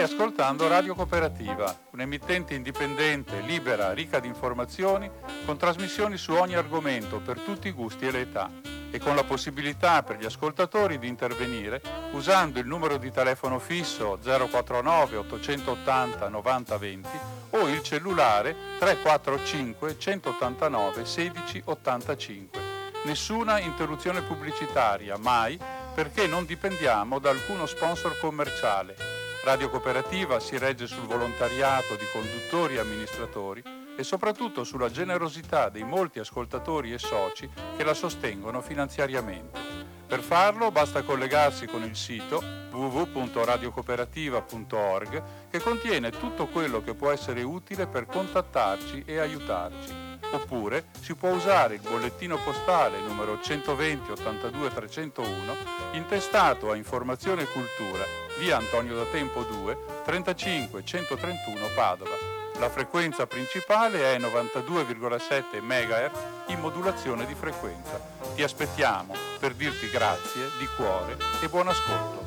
ascoltando Radio Cooperativa, un'emittente indipendente, libera, ricca di informazioni, con trasmissioni su ogni argomento per tutti i gusti e le età, e con la possibilità per gli ascoltatori di intervenire usando il numero di telefono fisso 049 880 90 20 o il cellulare 345 189 16 85. Nessuna interruzione pubblicitaria, mai, perché non dipendiamo da alcuno sponsor commerciale. Radio Cooperativa si regge sul volontariato di conduttori e amministratori e soprattutto sulla generosità dei molti ascoltatori e soci che la sostengono finanziariamente. Per farlo basta collegarsi con il sito www.radiocooperativa.org, che contiene tutto quello che può essere utile per contattarci e aiutarci. Oppure si può usare il bollettino postale numero 120 82 301, intestato a Informazione e Cultura, via Antonio da Tempo 2, 35 131 Padova. La frequenza principale è 92,7 MHz in modulazione di frequenza. Ti aspettiamo per dirti grazie di cuore e buon ascolto.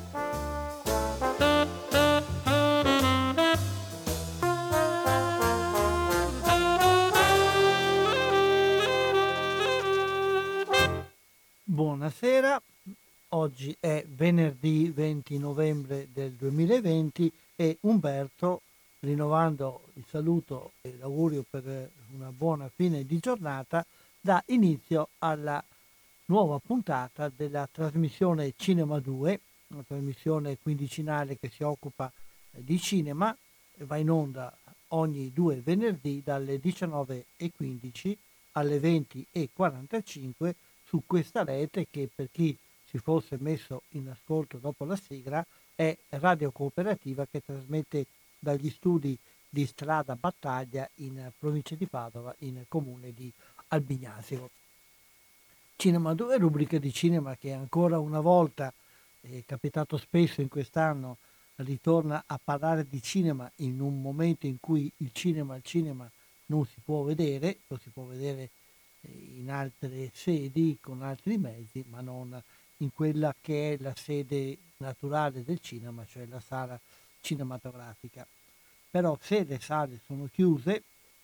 Buonasera, oggi è venerdì 20 novembre del 2020 e Umberto, rinnovando il saluto e l'augurio per una buona fine di giornata, dà inizio alla nuova puntata della trasmissione Cinema 2, una trasmissione quindicinale che si occupa di cinema, va in onda ogni due venerdì dalle 19:15 alle 20:45 su questa rete che, per chi si fosse messo in ascolto dopo la sigla, è Radio Cooperativa, che trasmette dagli studi di Strada Battaglia in provincia di Padova, in comune di Albignasimo. Cinema 2, rubrica di cinema che ancora una volta, è capitato spesso in quest'anno, ritorna a parlare di cinema in un momento in cui il cinema non si può vedere, lo si può vedere in altre sedi, con altri mezzi, ma non in quella che è la sede naturale del cinema, cioè la sala cinematografica. Però se le sale sono chiuse,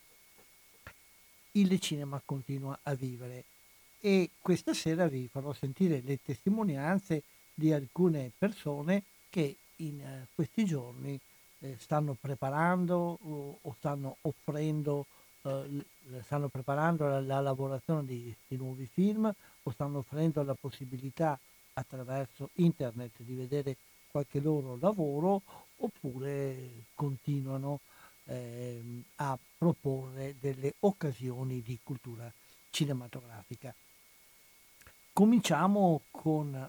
il cinema continua a vivere, e questa sera vi farò sentire le testimonianze di alcune persone che in questi giorni stanno preparando o stanno offrendo, stanno preparando la lavorazione di nuovi film, o stanno offrendo la possibilità attraverso internet di vedere qualche loro lavoro, oppure continuano a proporre delle occasioni di cultura cinematografica. Cominciamo con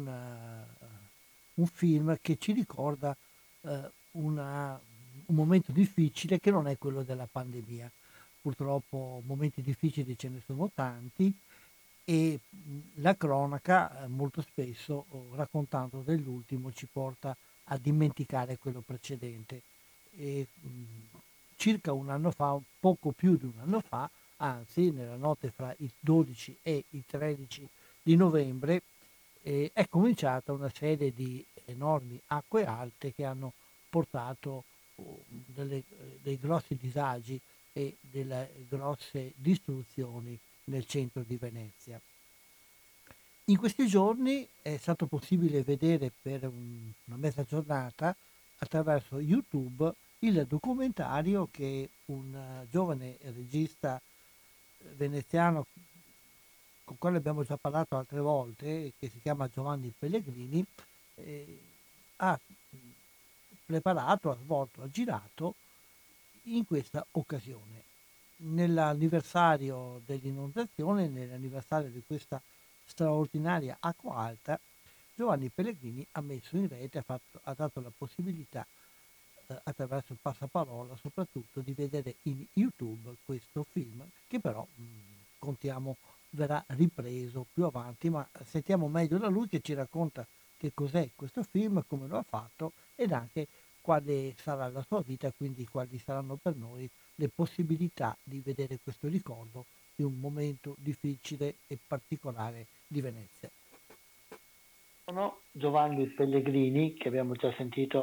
un film che ci ricorda un momento difficile, che non è quello della pandemia. Purtroppo momenti difficili ce ne sono tanti, e la cronaca molto spesso, raccontando dell'ultimo, ci porta a dimenticare quello precedente. E, circa un anno fa, poco più di un anno fa, anzi nella notte fra il 12 e il 13 di novembre, è cominciata una serie di enormi acque alte che hanno portato dei grossi disagi e delle grosse distruzioni nel centro di Venezia. In questi giorni è stato possibile vedere per una mezza giornata attraverso YouTube il documentario che un giovane regista veneziano, con quale abbiamo già parlato altre volte, che si chiama Giovanni Pellegrini, ha preparato, ha svolto, ha girato in questa occasione. Nell'anniversario dell'inondazione, nell'anniversario di questa straordinaria acqua alta, Giovanni Pellegrini ha messo in rete, ha dato la possibilità attraverso il passaparola soprattutto di vedere in YouTube questo film, che però contiamo verrà ripreso più avanti, ma sentiamo meglio da lui, che ci racconta che cos'è questo film, come lo ha fatto ed anche quale sarà la sua vita, quindi quali saranno per noi le possibilità di vedere questo ricordo di un momento difficile e particolare di Venezia. Sono Giovanni Pellegrini, che abbiamo già sentito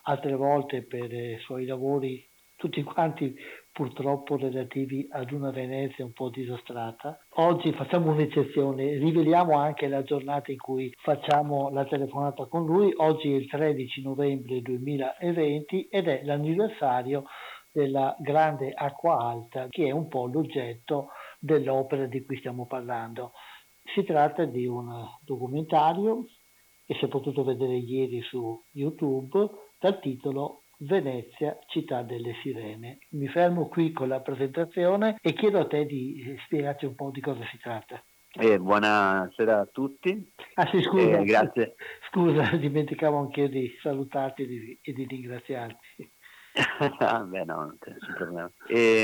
altre volte per i suoi lavori, tutti quanti purtroppo relativi ad una Venezia un po' disastrata. Oggi facciamo un'eccezione, riveliamo anche la giornata in cui facciamo la telefonata con lui. Oggi è il 13 novembre 2020 ed è l'anniversario della grande acqua alta, che è un po' l'oggetto dell'opera di cui stiamo parlando. Si tratta di un documentario che si è potuto vedere ieri su YouTube dal titolo Venezia, città delle sirene. Mi fermo qui con la presentazione e chiedo a te di spiegarci un po' di cosa si tratta. Buonasera a tutti. Ah sì, scusa, Grazie. scusa, dimenticavo anch'io di salutarti e di ringraziarti. Beh, no, non c'è nessun problema.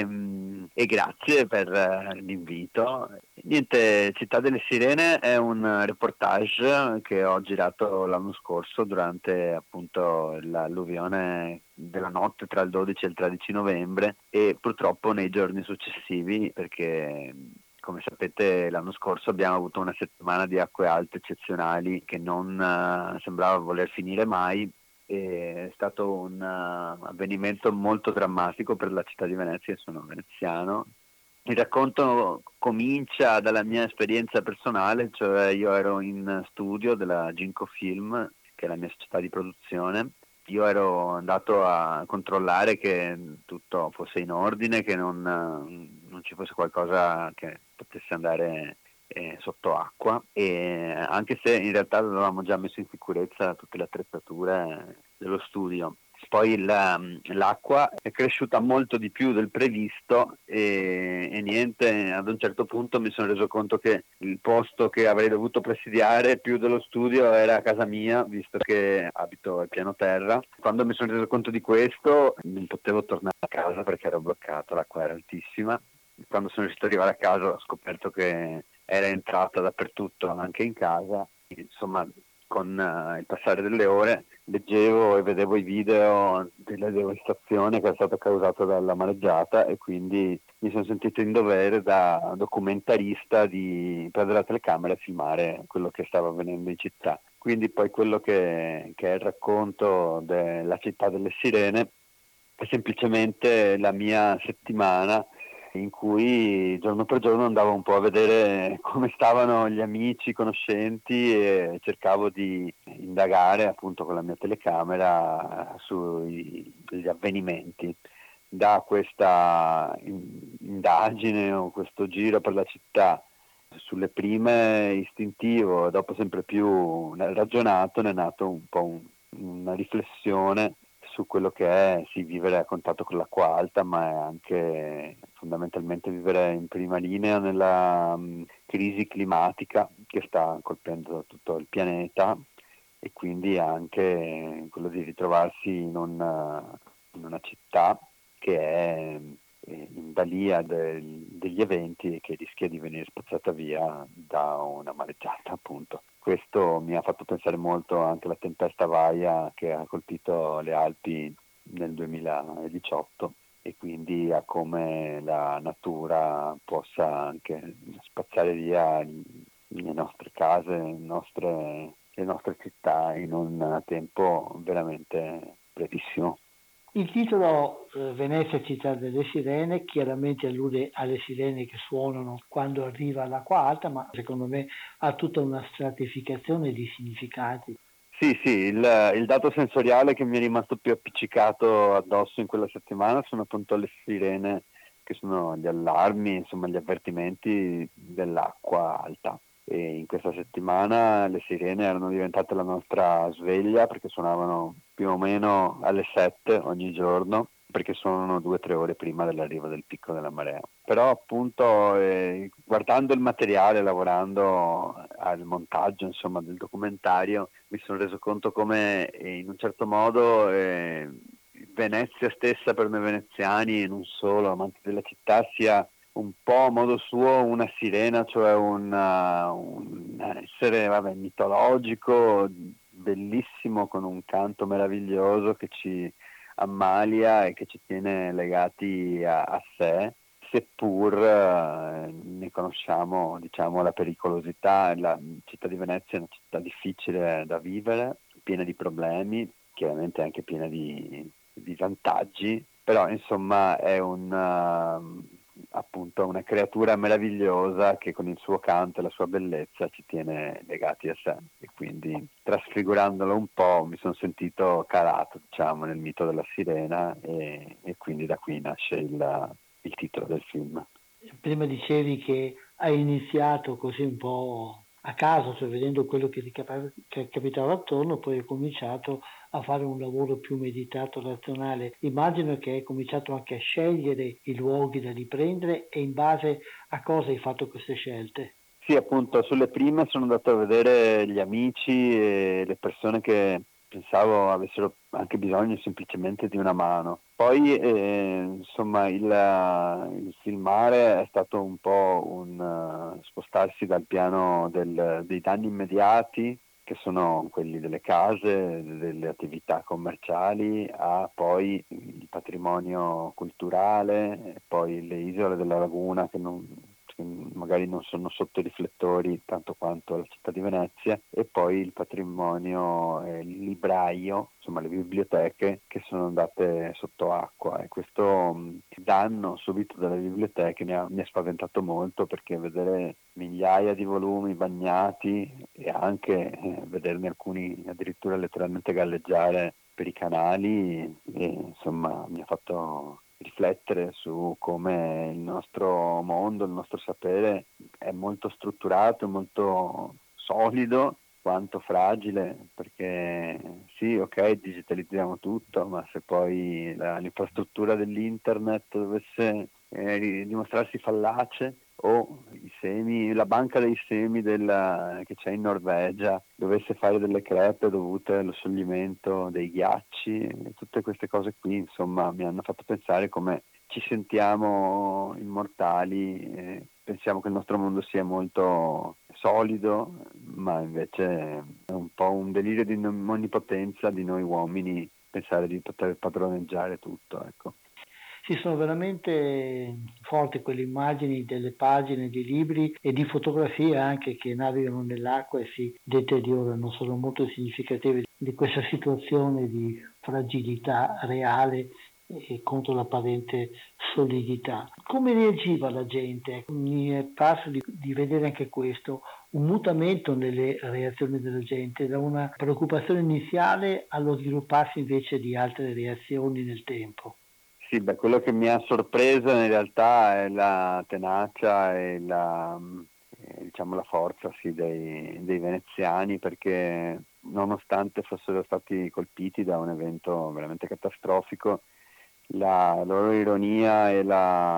E grazie per l'invito. Niente, Città delle Sirene è un reportage che ho girato l'anno scorso durante appunto l'alluvione della notte tra il 12 e il 13 novembre e purtroppo nei giorni successivi, perché come sapete l'anno scorso abbiamo avuto una settimana di acque alte eccezionali che non sembrava voler finire mai. È stato un avvenimento molto drammatico per la città di Venezia, sono veneziano. Il racconto comincia dalla mia esperienza personale, cioè io ero in studio della Ginko Film, che è la mia società di produzione. Io ero andato a controllare che tutto fosse in ordine, che non ci fosse qualcosa che potesse andare sotto acqua, e anche se in realtà avevamo già messo in sicurezza tutte le attrezzature dello studio. Poi l'acqua è cresciuta molto di più del previsto e niente, ad un certo punto mi sono reso conto che il posto che avrei dovuto presidiare più dello studio era a casa mia, visto che abito al piano terra. Quando mi sono reso conto di questo non potevo tornare a casa perché ero bloccato, l'acqua era altissima. Quando sono riuscito ad arrivare a casa ho scoperto che era entrata dappertutto, anche in casa. Insomma, con il passare delle ore leggevo e vedevo i video della devastazione che è stata causata dalla mareggiata e quindi mi sono sentito in dovere da documentarista di prendere la telecamera e filmare quello che stava avvenendo in città. Quindi poi quello che è il racconto della città delle sirene è semplicemente la mia settimana in cui giorno per giorno andavo un po' a vedere come stavano gli amici, i conoscenti e cercavo di indagare appunto con la mia telecamera sugli avvenimenti. Da questa indagine o questo giro per la città, sulle prime istintivo, dopo sempre più ragionato, ne è nato un po' una riflessione su quello che è sì vivere a contatto con l'acqua alta, ma è anche fondamentalmente vivere in prima linea nella crisi climatica che sta colpendo tutto il pianeta e quindi anche quello di ritrovarsi in una città che è in balia degli eventi e che rischia di venire spazzata via da una mareggiata, appunto. Questo mi ha fatto pensare molto anche alla tempesta Vaia che ha colpito le Alpi nel 2018 e quindi a come la natura possa anche spazzare via le nostre case, le nostre città in un tempo veramente brevissimo. Il titolo Venezia, città delle sirene, chiaramente allude alle sirene che suonano quando arriva l'acqua alta, ma secondo me ha tutta una stratificazione di significati. Sì, il dato sensoriale che mi è rimasto più appiccicato addosso in quella settimana sono appunto le sirene, che sono gli allarmi, insomma gli avvertimenti dell'acqua alta. E in questa settimana le sirene erano diventate la nostra sveglia perché suonavano più o meno alle 7 ogni giorno, perché sono 2 o 3 ore prima dell'arrivo del picco della marea. Però appunto guardando il materiale, lavorando al montaggio insomma del documentario, mi sono reso conto come in un certo modo Venezia stessa per noi veneziani e non solo amanti della città sia un po' a modo suo una sirena, cioè un essere mitologico, bellissimo, con un canto meraviglioso che ci ammalia e che ci tiene legati a sé, seppur ne conosciamo diciamo la pericolosità. La città di Venezia è una città difficile da vivere, piena di problemi, chiaramente anche piena di vantaggi, però insomma è appunto una creatura meravigliosa che con il suo canto e la sua bellezza ci tiene legati a sé, e quindi trasfigurandolo un po' mi sono sentito calato, diciamo, nel mito della sirena, e quindi da qui nasce il titolo del film. Prima dicevi che hai iniziato così un po' a caso, cioè vedendo quello che che capitava attorno, poi hai cominciato a fare un lavoro più meditato, razionale. Immagino che hai cominciato anche a scegliere i luoghi da riprendere, e in base a cosa hai fatto queste scelte. Sì, appunto, sulle prime sono andato a vedere gli amici e le persone che pensavo avessero anche bisogno semplicemente di una mano. Poi, insomma, il filmare è stato un po' un spostarsi dal piano dei danni immediati, che sono quelli delle case, delle attività commerciali, a poi il patrimonio culturale, e poi le isole della laguna che magari non sono sotto i riflettori tanto quanto la città di Venezia, e poi il patrimonio, il libraio, insomma le biblioteche che sono andate sotto acqua, e questo danno subito dalle biblioteche mi ha spaventato molto, perché vedere migliaia di volumi bagnati, e anche vederne alcuni addirittura letteralmente galleggiare per i canali, insomma mi ha fatto riflettere su come il nostro mondo, il nostro sapere è molto strutturato, molto solido, quanto fragile, perché sì, ok, digitalizziamo tutto, ma se poi l'infrastruttura dell'internet dovesse dimostrarsi fallace, o la banca dei semi che c'è in Norvegia dovesse fare delle crepe dovute allo scioglimento dei ghiacci, tutte queste cose qui, insomma, mi hanno fatto pensare come ci sentiamo immortali, pensiamo che il nostro mondo sia molto solido, ma invece è un po' un delirio di onnipotenza di noi uomini pensare di poter padroneggiare tutto, ecco. Sì, sono veramente forti quelle immagini delle pagine di libri e di fotografie anche che navigano nell'acqua e si deteriorano, sono molto significative di questa situazione di fragilità reale e contro l'apparente solidità. Come reagiva la gente? Mi è parso di vedere anche questo, un mutamento nelle reazioni della gente, da una preoccupazione iniziale allo svilupparsi invece di altre reazioni nel tempo. Sì, beh, quello che mi ha sorpreso in realtà è la tenacia e diciamo la forza, sì, dei veneziani, perché nonostante fossero stati colpiti da un evento veramente catastrofico, la loro ironia e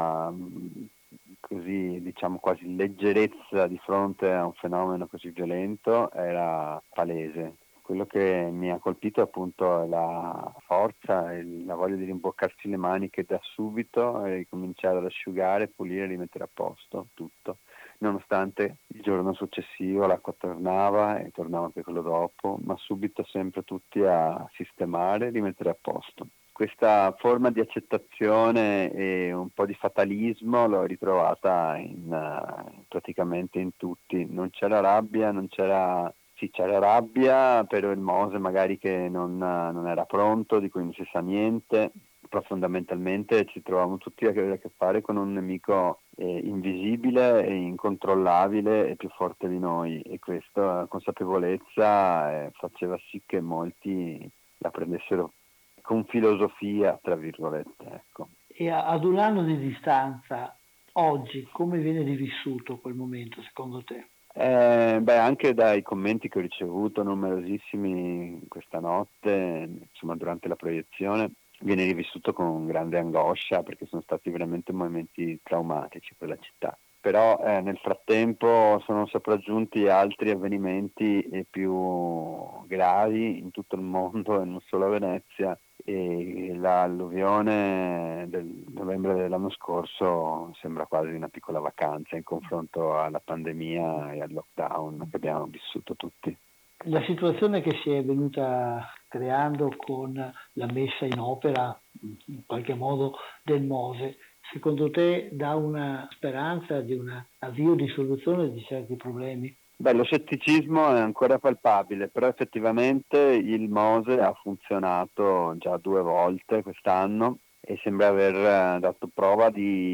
così, diciamo, quasi leggerezza di fronte a un fenomeno così violento era palese. Quello che mi ha colpito appunto è la forza e la voglia di rimboccarsi le maniche da subito e cominciare ad asciugare, pulire e rimettere a posto tutto, nonostante il giorno successivo l'acqua tornava e tornava anche quello dopo, ma subito sempre tutti a sistemare e rimettere a posto. Questa forma di accettazione e un po' di fatalismo l'ho ritrovata praticamente in tutti. Non c'era rabbia, sì, c'era rabbia per il Mose magari che non era pronto, di cui non si sa niente, però fondamentalmente ci trovavamo tutti a avere a che fare con un nemico invisibile e incontrollabile e più forte di noi, e questa consapevolezza faceva sì che molti la prendessero con filosofia, tra virgolette, ecco. E ad un anno di distanza, oggi, come viene rivissuto quel momento secondo te? Anche dai commenti che ho ricevuto numerosissimi questa notte, insomma durante la proiezione, viene rivissuto con grande angoscia, perché sono stati veramente momenti traumatici per la città. Però nel frattempo sono sopraggiunti altri avvenimenti più gravi in tutto il mondo e non solo a Venezia, e l'alluvione del novembre dell'anno scorso sembra quasi una piccola vacanza in confronto alla pandemia e al lockdown che abbiamo vissuto tutti. La situazione che si è venuta creando con la messa in opera, in qualche modo, del Mose, secondo te dà una speranza di un avvio di soluzione di certi problemi? Beh, lo scetticismo è ancora palpabile, però effettivamente il Mose ha funzionato già 2 volte quest'anno e sembra aver dato prova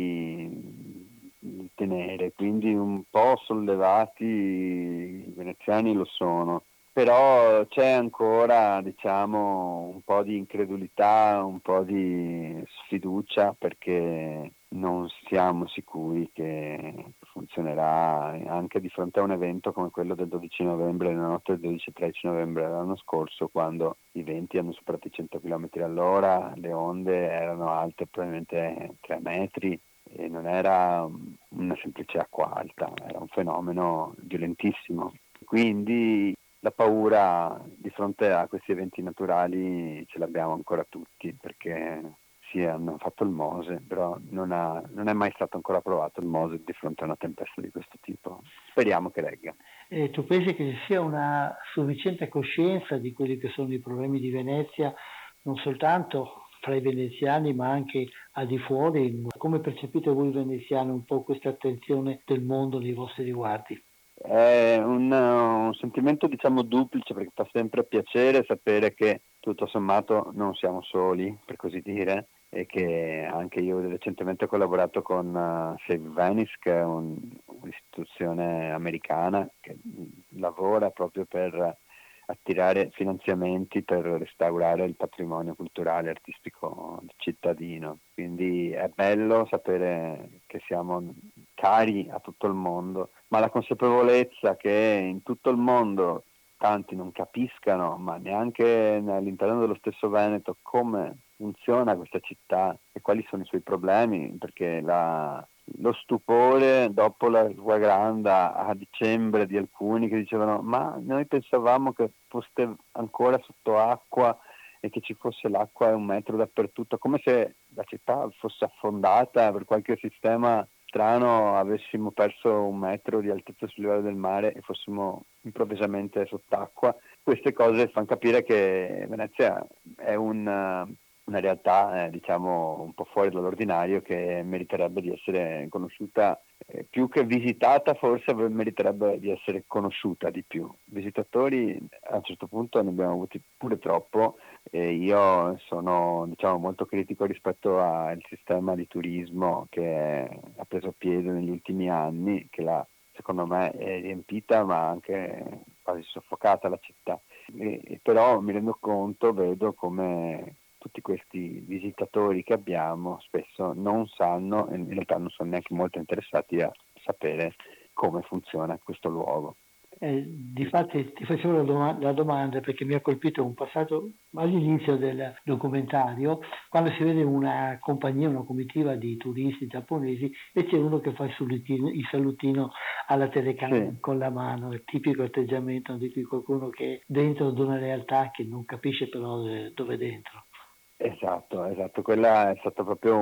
di tenere, quindi un po' sollevati i veneziani lo sono. Però c'è ancora, diciamo, un po' di incredulità, un po' di sfiducia perché non siamo sicuri che funzionerà anche di fronte a un evento come quello del 12 novembre, la notte del 12-13 novembre dell'anno scorso, quando i venti hanno superato i 100 km all'ora, le onde erano alte probabilmente 3 metri e non era una semplice acqua alta, era un fenomeno violentissimo. Quindi la paura di fronte a questi eventi naturali ce l'abbiamo ancora tutti, perché sì, hanno fatto il Mose, però non è mai stato ancora provato il Mose di fronte a una tempesta di questo tipo. Speriamo che regga. Tu pensi che ci sia una sufficiente coscienza di quelli che sono i problemi di Venezia, non soltanto fra i veneziani ma anche al di fuori? Come percepite voi veneziani un po' questa attenzione del mondo nei vostri riguardi? È un sentimento diciamo duplice, perché fa sempre piacere sapere che tutto sommato non siamo soli, per così dire, e che anche io recentemente ho collaborato con Save Venice, che è un'istituzione americana che lavora proprio per attirare finanziamenti per restaurare il patrimonio culturale e artistico cittadino. Quindi è bello sapere che siamo cari a tutto il mondo, ma la consapevolezza che in tutto il mondo tanti non capiscano, ma neanche all'interno dello stesso Veneto, come funziona questa città e quali sono i suoi problemi, perché lo stupore dopo la Guagranda a dicembre di alcuni che dicevano ma noi pensavamo che fosse ancora sotto acqua e che ci fosse l'acqua a 1 metro dappertutto, come se la città fosse affondata per qualche sistema strano, avessimo perso 1 metro di altezza sul livello del mare e fossimo improvvisamente sott'acqua. Queste cose fanno capire che Venezia è una realtà diciamo un po' fuori dall'ordinario, che meriterebbe di essere conosciuta, più che visitata, forse meriterebbe di essere conosciuta di più. Visitatori a un certo punto ne abbiamo avuti pure troppo e io sono diciamo molto critico rispetto al sistema di turismo che ha preso piede negli ultimi anni, che secondo me è riempita ma anche quasi soffocata la città. Però mi rendo conto, vedo come tutti questi visitatori che abbiamo spesso non sanno e in realtà non sono neanche molto interessati a sapere come funziona questo luogo. Difatti ti facevo la domanda perché mi ha colpito un passaggio all'inizio del documentario, quando si vede una compagnia, una comitiva di turisti giapponesi e c'è uno che fa il salutino alla telecamera Sì. con la mano, il tipico atteggiamento di qualcuno che è dentro ad una realtà che non capisce però dove è dentro. Esatto, quella è stata proprio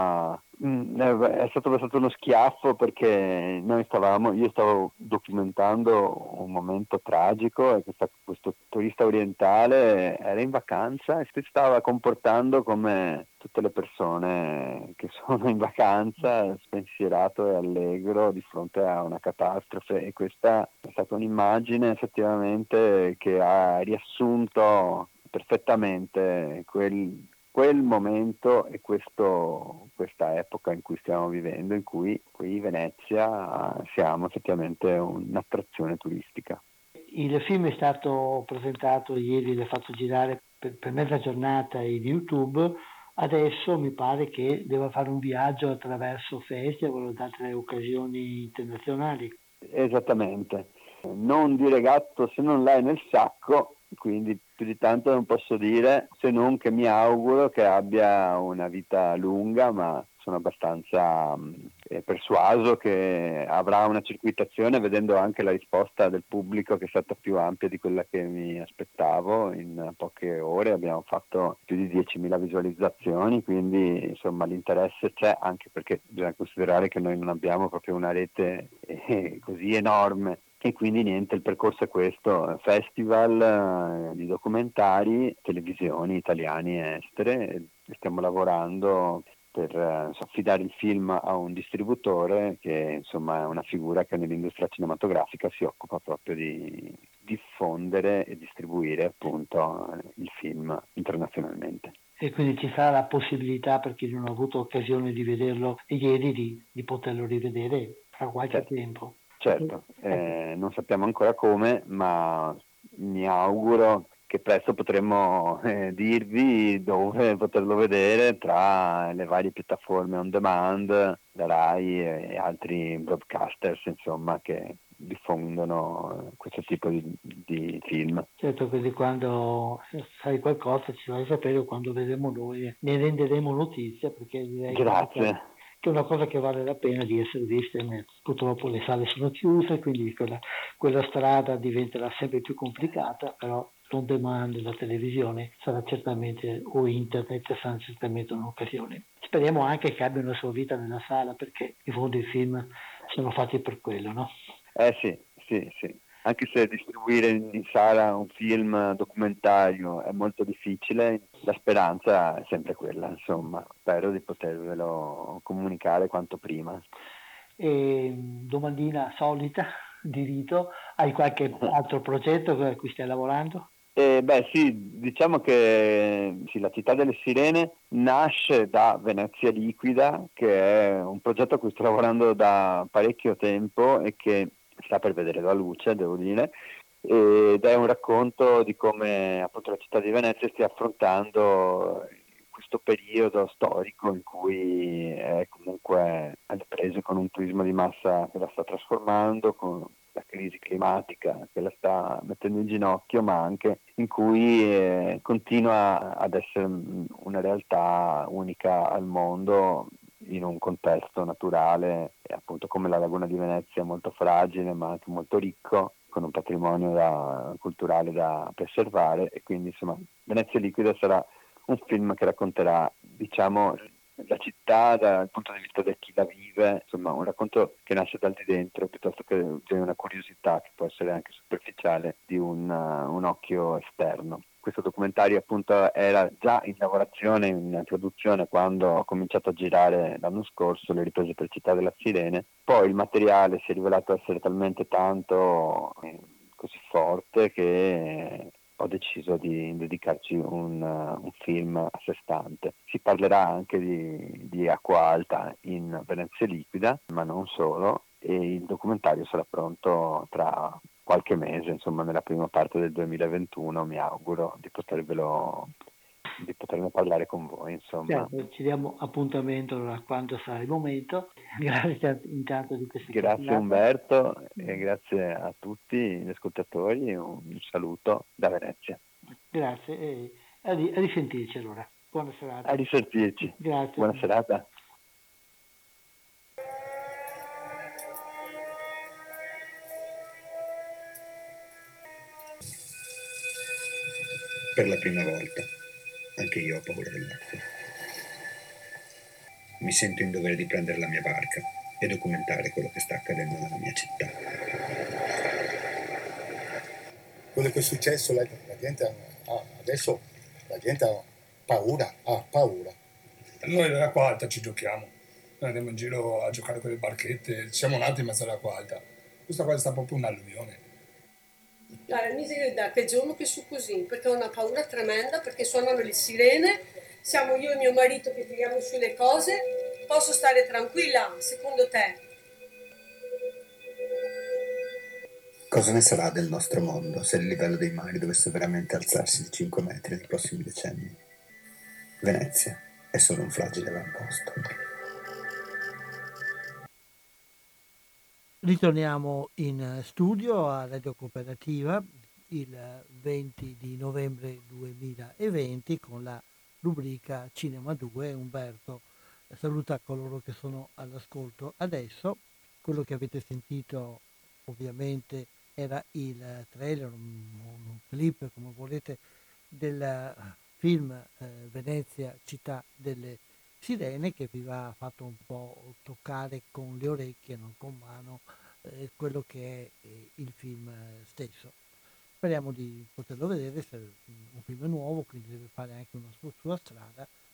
è stato uno schiaffo, perché io stavo documentando un momento tragico e questo turista orientale era in vacanza e si stava comportando come tutte le persone che sono in vacanza, spensierato e allegro di fronte a una catastrofe, e questa è stata un'immagine effettivamente che ha riassunto perfettamente quel momento e questa epoca in cui stiamo vivendo, in cui qui Venezia siamo effettivamente un'attrazione turistica. Il film è stato presentato ieri, l'ho fatto girare per mezza giornata in YouTube, adesso mi pare che deve fare un viaggio attraverso festival ed altre occasioni internazionali. Esattamente, non dire gatto se non l'hai nel sacco, quindi più di tanto non posso dire, se non che mi auguro che abbia una vita lunga, ma sono abbastanza persuaso che avrà una circuitazione, vedendo anche la risposta del pubblico che è stata più ampia di quella che mi aspettavo. In poche ore abbiamo fatto più di 10.000 visualizzazioni, quindi insomma l'interesse c'è, anche perché bisogna considerare che noi non abbiamo proprio una rete così enorme. E quindi niente, il percorso è questo: festival di documentari, televisioni italiane e estere, e stiamo lavorando affidare il film a un distributore che insomma è una figura che nell'industria cinematografica si occupa proprio di diffondere e distribuire appunto il film internazionalmente. E quindi ci sarà la possibilità, per chi non ha avuto occasione di vederlo ieri, di poterlo rivedere fra qualche tempo. Certo, non sappiamo ancora come, ma mi auguro che presto potremo dirvi dove poterlo vedere tra le varie piattaforme on demand, la Rai e altri broadcasters, insomma, che diffondono questo tipo di film. Certo, quindi quando sai qualcosa ci fai sapere, quando vedremo noi ne renderemo notizia, perché direi Grazie. che è una cosa che vale la pena di essere vista. Purtroppo le sale sono chiuse, quindi quella strada diventerà sempre più complicata, però on demand, la televisione sarà certamente, o internet sarà certamente un'occasione. Speriamo anche che abbia una sua vita nella sala, perché in fondo i film sono fatti per quello, no? Sì. Anche se distribuire in sala un film documentario è molto difficile, la speranza è sempre quella, insomma, spero di potervelo comunicare quanto prima. E domandina solita di rito, hai qualche altro progetto a cui stai lavorando? Sì, diciamo che sì, la Città delle Sirene nasce da Venezia Liquida, che è un progetto a cui sto lavorando da parecchio tempo e che sta per vedere la luce, devo dire, ed è un racconto di come appunto la città di Venezia stia affrontando questo periodo storico in cui è comunque alle prese con un turismo di massa che la sta trasformando, con la crisi climatica che la sta mettendo in ginocchio, ma anche in cui continua ad essere una realtà unica al mondo in un contesto naturale, appunto come la Laguna di Venezia, molto fragile ma anche molto ricco, con un patrimonio culturale da preservare, e quindi insomma Venezia Liquida sarà un film che racconterà, diciamo, la città dal punto di vista di chi la vive, insomma un racconto che nasce dal di dentro piuttosto che di una curiosità che può essere anche superficiale di un occhio esterno. Questo documentario appunto era già in lavorazione, in produzione, quando ho cominciato a girare l'anno scorso le riprese per Città della Sirene. Poi il materiale si è rivelato essere talmente tanto così forte che ho deciso di dedicarci un film a sé stante. Si parlerà anche di acqua alta in Venezia Liquida, ma non solo, e il documentario sarà pronto tra qualche mese, insomma nella prima parte del 2021, mi auguro di poterne parlare con voi, insomma. Certo, ci diamo appuntamento allora quando sarà il momento. Grazie intanto di questa Grazie chiacchierata. Umberto e grazie a tutti gli ascoltatori, un saluto da Venezia. Grazie e a risentirci allora. Buona serata. A risentirci. Grazie. Buona serata. Per la prima volta, anche io ho paura dell'acqua. Mi sento in dovere di prendere la mia barca e documentare quello che sta accadendo nella mia città. Quello che è successo, la gente adesso la gente ha paura. Noi dell'acqua alta ci giochiamo, noi andiamo in giro a giocare con le barchette, siamo nati in mezzo all'acqua alta. Questa qua è stata proprio un'alluvione. Guarda, mi viene da che è giorno che su così, perché ho una paura tremenda, perché suonano le sirene, siamo io e mio marito che tiriamo su le cose, posso stare tranquilla, secondo te? Cosa ne sarà del nostro mondo se il livello dei mari dovesse veramente alzarsi di 5 metri nei prossimi decenni? Venezia è solo un fragile avamposto. Ritorniamo in studio a Radio Cooperativa il 20 di novembre 2020 con la rubrica Cinema 2. Umberto saluta coloro che sono all'ascolto adesso. Quello che avete sentito ovviamente era il trailer, un clip come volete, del film Venezia, città delle Sirene, che vi va fatto un po' toccare con le orecchie, non con mano, quello che è il film stesso. Speriamo di poterlo vedere, se un film nuovo, quindi deve fare anche una sua strada,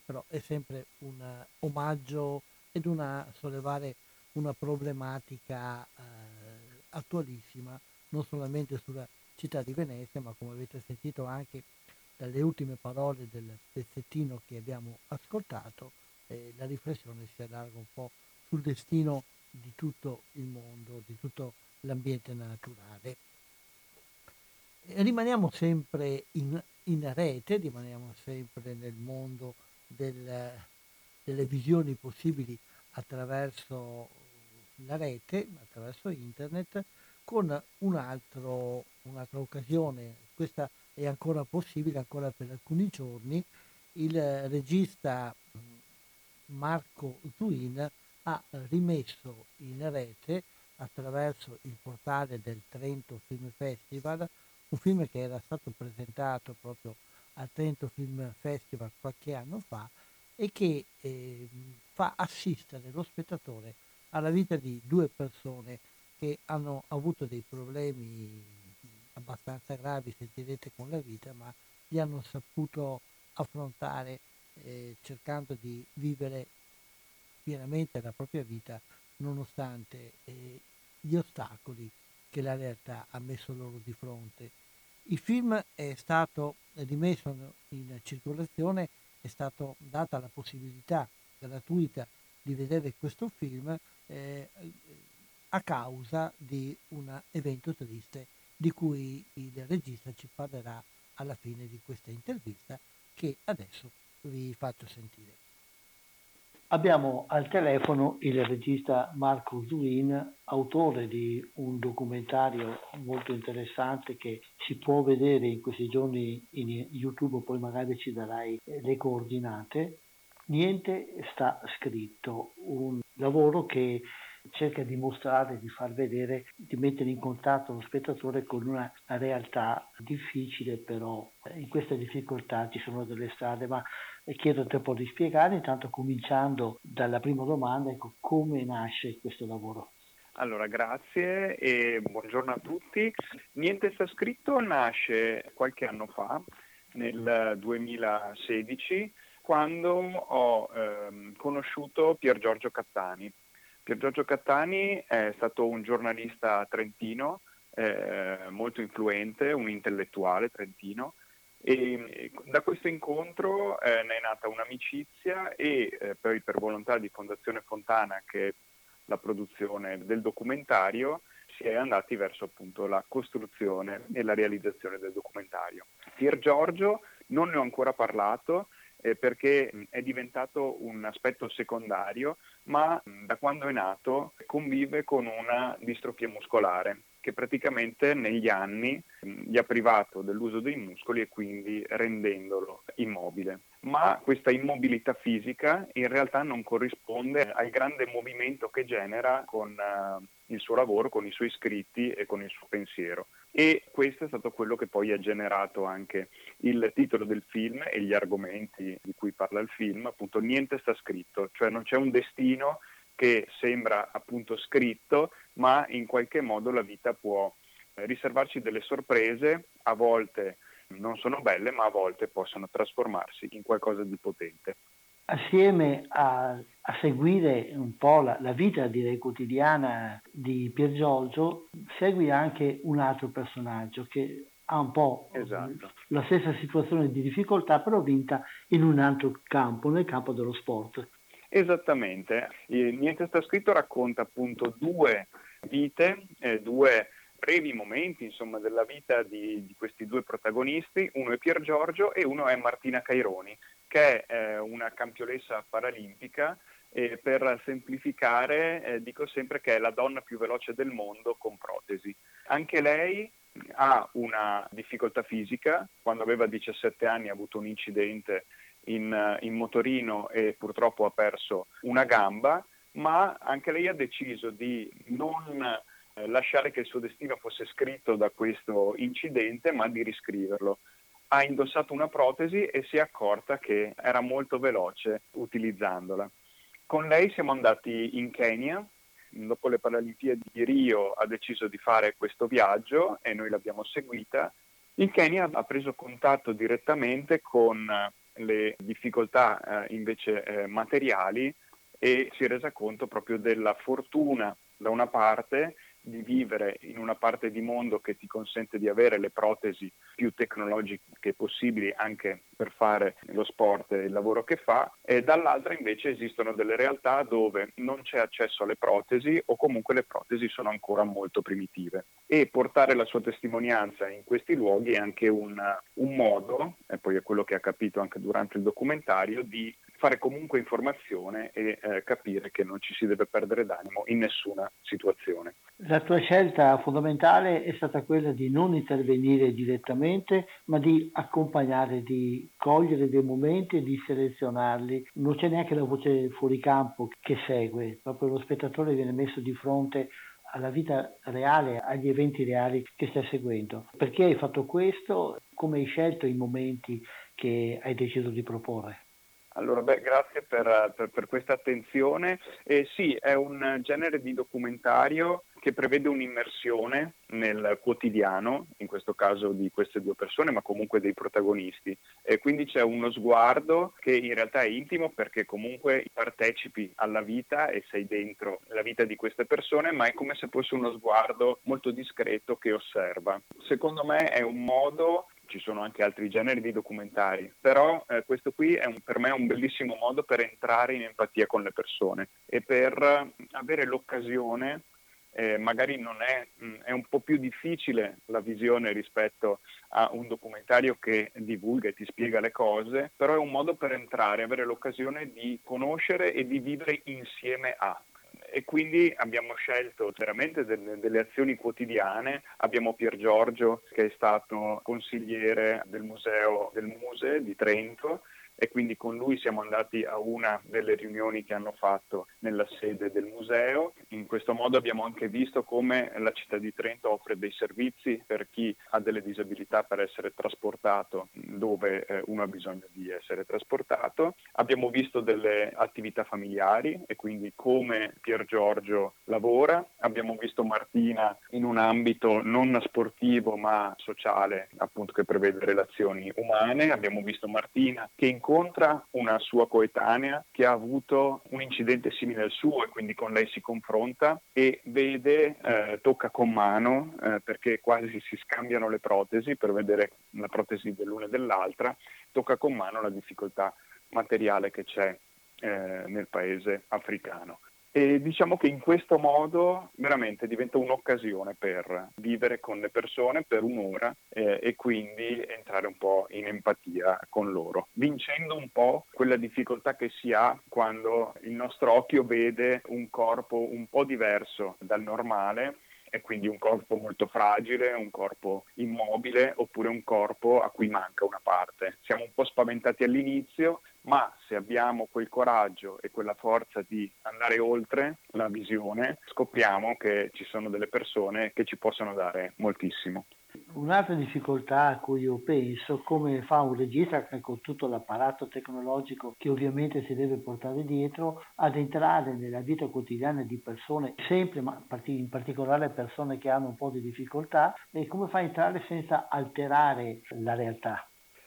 però è sempre un omaggio ed sollevare una problematica attualissima, non solamente sulla città di Venezia, ma come avete sentito anche dalle ultime parole del pezzettino che abbiamo ascoltato, la riflessione si allarga un po' sul destino di tutto il mondo, di tutto l'ambiente naturale. Rimaniamo sempre in rete, rimaniamo sempre nel mondo delle visioni possibili attraverso la rete, attraverso internet, con un'altra occasione. Questa è ancora possibile, ancora per alcuni giorni. Il regista Marco Zuin ha rimesso in rete attraverso il portale del Trento Film Festival un film che era stato presentato proprio al Trento Film Festival qualche anno fa e che fa assistere lo spettatore alla vita di due persone che hanno avuto dei problemi abbastanza gravi, sentirete, con la vita, ma li hanno saputo affrontare cercando di vivere pienamente la propria vita nonostante gli ostacoli che la realtà ha messo loro di fronte. Il film è stato rimesso in circolazione, è stata data la possibilità gratuita di vedere questo film a causa di un evento triste di cui il regista ci parlerà alla fine di questa intervista che adesso vi faccio sentire. Abbiamo al telefono il regista Marco Zuin, autore di un documentario molto interessante che si può vedere in questi giorni in YouTube, poi magari ci darai le coordinate. Niente sta scritto, un lavoro che cerca di mostrare, di far vedere, di mettere in contatto lo spettatore con una realtà difficile, però in queste difficoltà ci sono delle strade, ma chiedo a te un po' di spiegare, intanto cominciando dalla prima domanda, ecco, come nasce questo lavoro? Allora, grazie e buongiorno a tutti. Niente sta scritto nasce qualche anno fa, nel 2016, quando ho conosciuto Pier Giorgio Cattani. Pier Giorgio Cattani è stato un giornalista trentino, molto influente, un intellettuale trentino, e da questo incontro ne è nata un'amicizia e poi per volontà di Fondazione Fontana, che è la produzione del documentario, si è andati verso appunto la costruzione e la realizzazione del documentario. Pier Giorgio non ne ho ancora parlato perché è diventato un aspetto secondario, ma da quando è nato convive con una distrofia muscolare che praticamente negli anni gli ha privato dell'uso dei muscoli e quindi rendendolo immobile. Ma questa immobilità fisica in realtà non corrisponde al grande movimento che genera con il suo lavoro, con i suoi scritti e con il suo pensiero. E questo è stato quello che poi ha generato anche il titolo del film e gli argomenti di cui parla il film, appunto niente sta scritto, cioè non c'è un destino che sembra appunto scritto, ma in qualche modo la vita può riservarci delle sorprese, a volte non sono belle, ma a volte possono trasformarsi in qualcosa di potente. Assieme a seguire un po' la vita, direi, quotidiana di Pier Giorgio, segui anche un altro personaggio che ha un po' la stessa situazione di difficoltà, però vinta in un altro campo, nel campo dello sport. Esattamente. Niente sta scritto racconta appunto due vite, due brevi momenti insomma della vita di questi due protagonisti. Uno è Pier Giorgio e uno è Martina Caironi, che è una campiolessa paralimpica. Per semplificare dico sempre che è la donna più veloce del mondo con protesi. Anche lei ha una difficoltà fisica. Quando aveva 17 anni ha avuto un incidente in motorino e purtroppo ha perso una gamba, ma anche lei ha deciso di non lasciare che il suo destino fosse scritto da questo incidente, ma di riscriverlo. Ha indossato una protesi e si è accorta che era molto veloce utilizzandola. Con lei siamo andati in Kenya. Dopo le Paralimpiadi di Rio ha deciso di fare questo viaggio e noi l'abbiamo seguita. In Kenya ha preso contatto direttamente con le difficoltà invece materiali, e si è resa conto proprio della fortuna da una parte di vivere in una parte di mondo che ti consente di avere le protesi più tecnologiche possibili anche per fare lo sport e il lavoro che fa, e dall'altra invece esistono delle realtà dove non c'è accesso alle protesi o comunque le protesi sono ancora molto primitive, e portare la sua testimonianza in questi luoghi è anche un modo, e poi è quello che ha capito anche durante il documentario, di fare comunque informazione e capire che non ci si deve perdere d'animo in nessuna situazione. La tua scelta fondamentale è stata quella di non intervenire direttamente, ma di accompagnare, di cogliere dei momenti e di selezionarli. Non c'è neanche la voce fuori campo che segue, proprio lo spettatore viene messo di fronte alla vita reale, agli eventi reali che stai seguendo. Perché hai fatto questo? Come hai scelto i momenti che hai deciso di proporre? Allora, grazie per questa attenzione. Sì, è un genere di documentario che prevede un'immersione nel quotidiano, in questo caso di queste due persone, ma comunque dei protagonisti. E quindi c'è uno sguardo che in realtà è intimo, perché comunque partecipi alla vita e sei dentro la vita di queste persone, ma è come se fosse uno sguardo molto discreto che osserva. Secondo me è un modo. Ci sono anche altri generi di documentari, però questo qui per me è un bellissimo modo per entrare in empatia con le persone e per avere l'occasione, magari è un po' più difficile la visione rispetto a un documentario che divulga e ti spiega le cose, però è un modo per entrare, avere l'occasione di conoscere e di vivere insieme a. E quindi abbiamo scelto veramente delle azioni quotidiane. Abbiamo Pier Giorgio, che è stato consigliere del museo del Muse di Trento, e quindi con lui siamo andati a una delle riunioni che hanno fatto nella sede del museo. In questo modo abbiamo anche visto come la città di Trento offre dei servizi per chi ha delle disabilità per essere trasportato dove uno ha bisogno di essere trasportato. Abbiamo visto delle attività familiari e quindi come Pier Giorgio lavora. Abbiamo visto Martina in un ambito non sportivo ma sociale, appunto, che prevede relazioni umane. Abbiamo visto Martina che incontra una sua coetanea che ha avuto un incidente simile al suo, e quindi con lei si confronta e vede, tocca con mano, perché quasi si scambiano le protesi per vedere la protesi dell'una e dell'altra, tocca con mano la difficoltà materiale che c'è nel paese africano. E diciamo che in questo modo veramente diventa un'occasione per vivere con le persone per un'ora e quindi entrare un po' in empatia con loro, vincendo un po' quella difficoltà che si ha quando il nostro occhio vede un corpo un po' diverso dal normale, e quindi un corpo molto fragile, un corpo immobile, oppure un corpo a cui manca una parte. Siamo un po' spaventati all'inizio, ma se abbiamo quel coraggio e quella forza di andare oltre la visione, scopriamo che ci sono delle persone che ci possono dare moltissimo. Un'altra difficoltà a cui io penso, come fa un regista che con tutto l'apparato tecnologico che ovviamente si deve portare dietro, ad entrare nella vita quotidiana di persone sempre, ma in particolare persone che hanno un po' di difficoltà, e come fa a entrare senza alterare la realtà.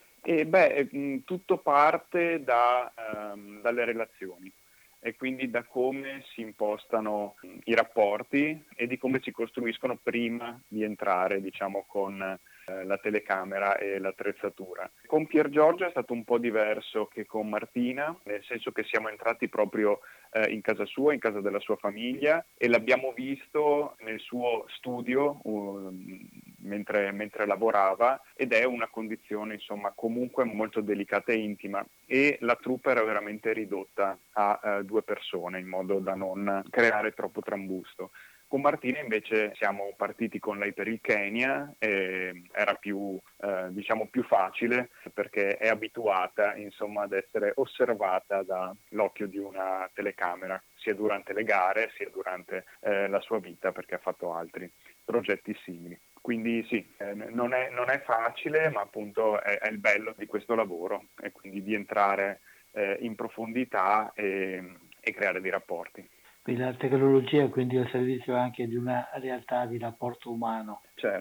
Tutto parte dalle relazioni, e quindi da come si impostano i rapporti e di come si costruiscono prima di entrare, diciamo, con la telecamera e l'attrezzatura. Con Pier Giorgio è stato un po' diverso che con Martina, nel senso che siamo entrati proprio in casa sua, in casa della sua famiglia, e l'abbiamo visto nel suo studio mentre lavorava, ed è una condizione insomma comunque molto delicata e intima, e la troupe era veramente ridotta a 2 persone in modo da non creare troppo trambusto. Con Martina invece siamo partiti con lei per il Kenya, e era più facile perché è abituata insomma ad essere osservata dall'occhio di una telecamera, sia durante le gare sia durante la sua vita, perché ha fatto altri progetti simili. Quindi sì, non è facile, ma appunto è il bello di questo lavoro, e quindi di entrare in profondità e creare dei rapporti. La tecnologia quindi al servizio anche di una realtà di rapporto umano. Certo.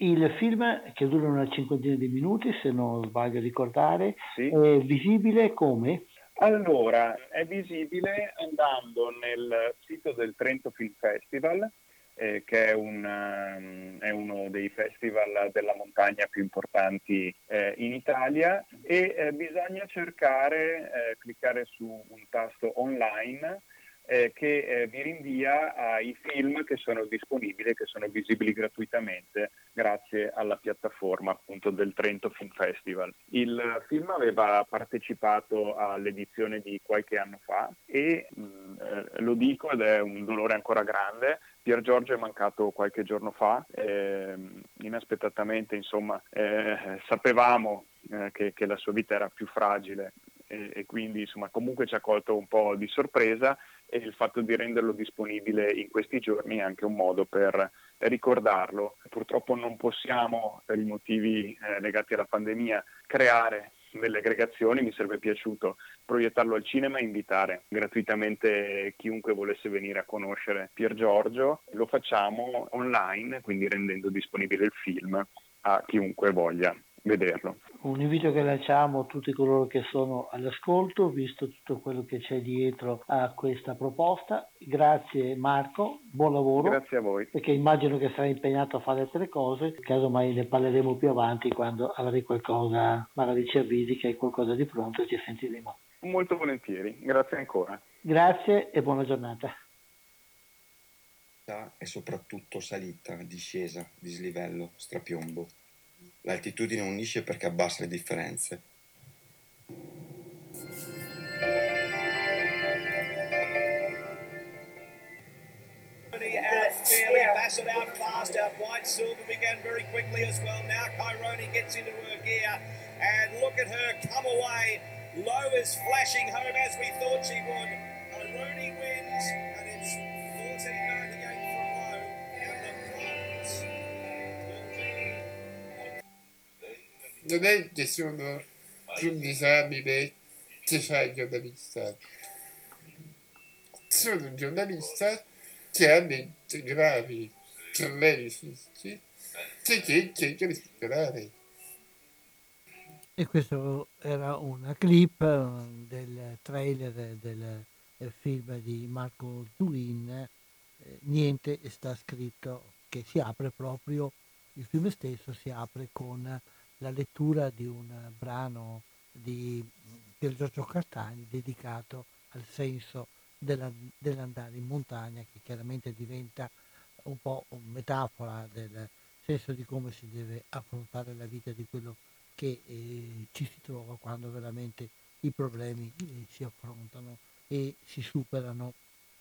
Il film, che dura una cinquantina di minuti, se non sbaglio a ricordare, Sì. è visibile come? Allora, è visibile andando nel sito del Trento Film Festival, che è uno dei festival della montagna più importanti in Italia, e bisogna cliccare su un tasto online che vi rinvia ai film che sono disponibili, che sono visibili gratuitamente grazie alla piattaforma appunto del Trento Film Festival. Il film aveva partecipato all'edizione di qualche anno fa e lo dico ed è un dolore ancora grande. Pier Giorgio è mancato qualche giorno fa, inaspettatamente, insomma, sapevamo che la sua vita era più fragile e quindi insomma comunque ci ha colto un po' di sorpresa, e il fatto di renderlo disponibile in questi giorni è anche un modo per ricordarlo. Purtroppo non possiamo, per i motivi legati alla pandemia, creare delle aggregazioni. Mi sarebbe piaciuto proiettarlo al cinema e invitare gratuitamente chiunque volesse venire a conoscere Pier Giorgio. Lo facciamo online, quindi rendendo disponibile il film a chiunque voglia vederlo. Un invito che lanciamo a tutti coloro che sono all'ascolto, visto tutto quello che c'è dietro a questa proposta. Grazie Marco, buon lavoro. Grazie a voi. Perché immagino che sarai impegnato a fare altre cose, casomai ne parleremo più avanti quando avrai qualcosa, magari ci avvisi che hai qualcosa di pronto e ci sentiremo. Molto volentieri, grazie ancora. Grazie e buona giornata. E soprattutto salita, discesa, dislivello, strapiombo. L'altitudine unisce perché abbassa le differenze. Bassett out fast, out wide. Silver began very quickly as well. Now Kyrone gets into her gear, and look at her come away. Low is flashing home as we thought she would. Kyrone wins, and it's 14.98 from Low, and the Non è che sono un disabile che fa il giornalista. Sono un giornalista che ha dei gravi problemi fisici che cerca di superare. E questo era una clip del trailer del film di Marco Zuin. Niente sta scritto, che si apre proprio, il film stesso si apre con la lettura di un brano di Pier Giorgio Castagni dedicato al senso dell'andare in montagna, che chiaramente diventa un po' metafora del senso di come si deve affrontare la vita, di quello che ci si trova quando veramente i problemi si affrontano e si superano.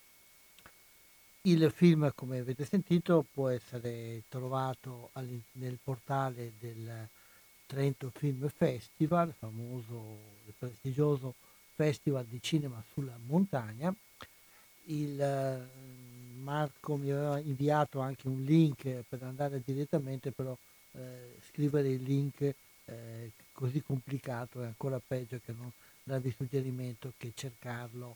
Il film, come avete sentito, può essere trovato nel portale del Trento Film Festival, famoso e prestigioso festival di cinema sulla montagna. Marco mi aveva inviato anche un link per andare direttamente, però scrivere il link così complicato è ancora peggio che non darvi suggerimento che cercarlo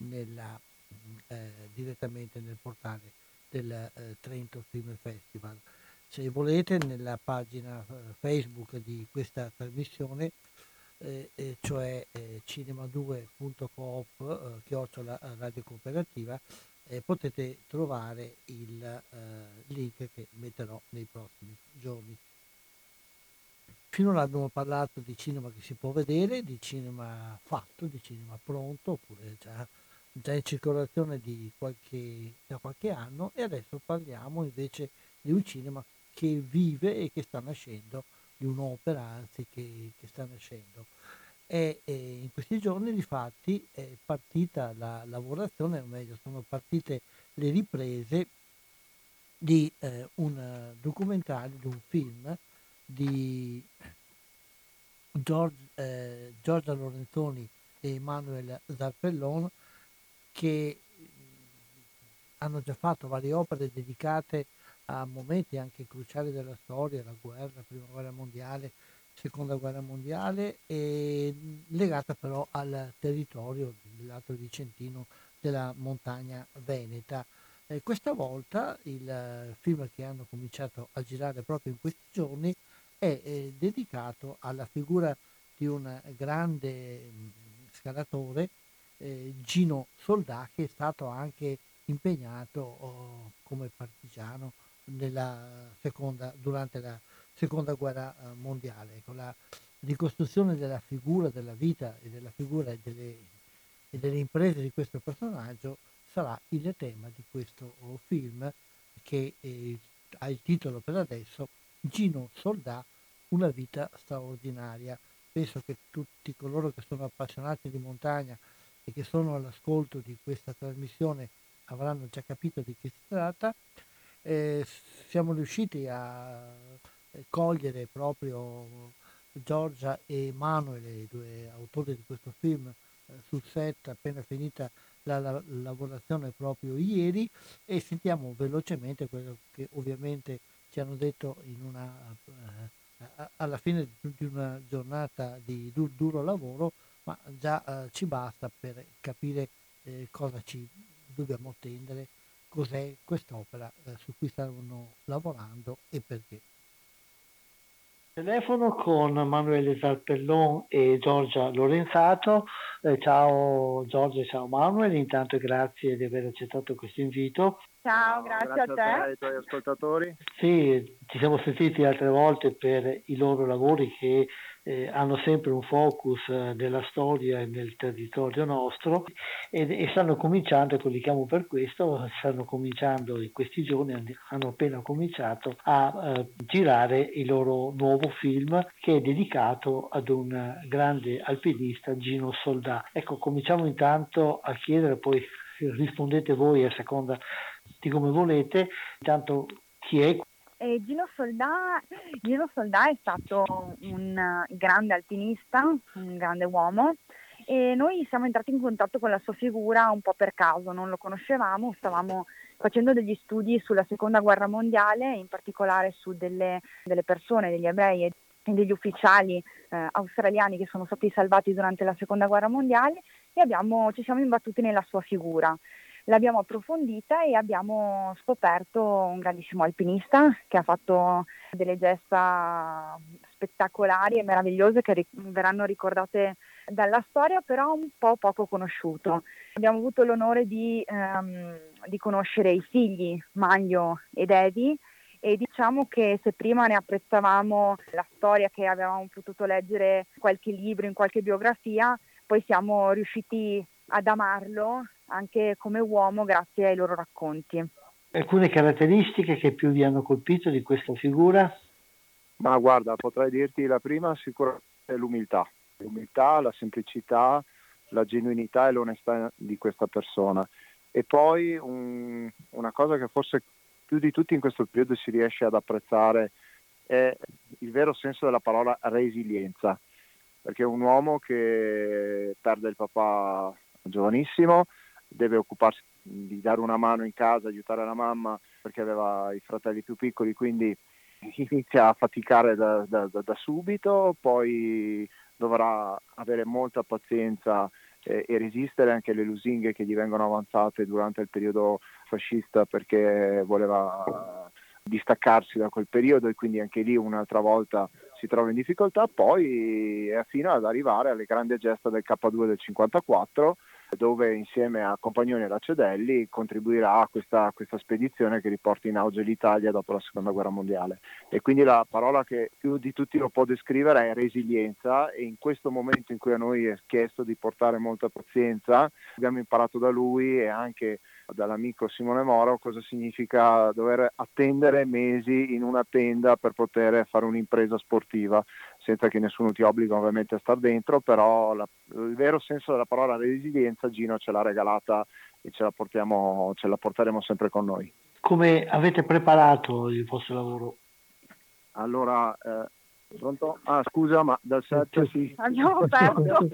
direttamente nel portale del Trento Film Festival. Se volete, nella pagina Facebook di questa trasmissione, cioè cinema2.coop @Radio Cooperativa, potete trovare il link che metterò nei prossimi giorni. Finora abbiamo parlato di cinema che si può vedere, di cinema fatto, di cinema pronto, oppure già in circolazione da qualche anno, e adesso parliamo invece di un cinema che vive e che sta nascendo, di un'opera anzi che sta nascendo. In questi giorni difatti è partita la lavorazione, o meglio sono partite le riprese di un documentario, di un film di Giorgia Lorenzoni e Emanuele Zarpellon, che hanno già fatto varie opere dedicate a momenti anche cruciali della storia, la guerra, prima guerra mondiale, seconda guerra mondiale, e legata però al territorio del lato vicentino della montagna veneta. Questa volta il film che hanno cominciato a girare proprio in questi giorni è dedicato alla figura di un grande scalatore, Gino Soldà, che è stato anche impegnato come partigiano durante la seconda guerra mondiale. Con la ricostruzione della figura, della vita e della figura e delle imprese di questo personaggio sarà il tema di questo film che ha il titolo per adesso Gino Soldà, una vita straordinaria. Penso che tutti coloro che sono appassionati di montagna e che sono all'ascolto di questa trasmissione avranno già capito di che si tratta. Siamo riusciti a cogliere proprio Giorgia e Manuel, i due autori di questo film, sul set appena finita la lavorazione proprio ieri, e sentiamo velocemente quello che ovviamente ci hanno detto alla fine di una giornata di duro lavoro, ma già ci basta per capire cosa ci dobbiamo attendere, cos'è quest'opera su cui stavano lavorando e perché. Telefono con Manuele Zarpellon e Giorgia Lorenzato. Ciao Giorgia, ciao Manuel, intanto grazie di aver accettato questo invito. Ciao, grazie a te e ai tuoi ascoltatori. Sì, ci siamo sentiti altre volte per i loro lavori che hanno sempre un focus nella storia e nel territorio nostro e stanno cominciando, ecco li chiamo per questo, stanno cominciando in questi giorni, hanno appena cominciato a girare il loro nuovo film che è dedicato ad un grande alpinista, Gino Soldà. Ecco, cominciamo intanto a chiedere, poi rispondete voi a seconda di come volete. Intanto chi è? Gino Soldà è stato un grande alpinista, un grande uomo, e noi siamo entrati in contatto con la sua figura un po' per caso, non lo conoscevamo, stavamo facendo degli studi sulla seconda guerra mondiale, in particolare su delle persone, degli ebrei e degli ufficiali australiani che sono stati salvati durante la seconda guerra mondiale, e ci siamo imbattuti nella sua figura. L'abbiamo approfondita e abbiamo scoperto un grandissimo alpinista che ha fatto delle gesta spettacolari e meravigliose che verranno ricordate dalla storia, però un po' poco conosciuto. Abbiamo avuto l'onore di conoscere i figli Manlio ed Eddie, e diciamo che se prima ne apprezzavamo la storia, che avevamo potuto leggere qualche libro, in qualche biografia, poi siamo riusciti ad amarlo anche come uomo grazie ai loro racconti. Alcune caratteristiche che più vi hanno colpito di questa figura? Ma guarda, potrei dirti la prima sicuramente è l'umiltà, la semplicità, la genuinità e l'onestà di questa persona. E poi una cosa che forse più di tutti in questo periodo si riesce ad apprezzare è il vero senso della parola resilienza, perché è un uomo che perde il papà giovanissimo, deve occuparsi di dare una mano in casa, aiutare la mamma perché aveva i fratelli più piccoli, quindi inizia a faticare da subito, poi dovrà avere molta pazienza e resistere anche alle lusinghe che gli vengono avanzate durante il periodo fascista, perché voleva distaccarsi da quel periodo e quindi anche lì un'altra volta si trova in difficoltà, poi fino ad arrivare alle grandi gesta del K2 del 54, dove insieme a Compagnoni e Lacedelli contribuirà a questa spedizione che riporta in auge l'Italia dopo la seconda guerra mondiale. E quindi la parola che più di tutti lo può descrivere è resilienza, e in questo momento in cui a noi è chiesto di portare molta pazienza, abbiamo imparato da lui e anche dall'amico Simone Moro cosa significa dover attendere mesi in una tenda per poter fare un'impresa sportiva, senza che nessuno ti obbliga ovviamente a star dentro, però il vero senso della parola resilienza Gino ce l'ha regalata e ce la porteremo sempre con noi. Come avete preparato il vostro lavoro? Allora, pronto? Scusa, ma dal set sì. Abbiamo perso.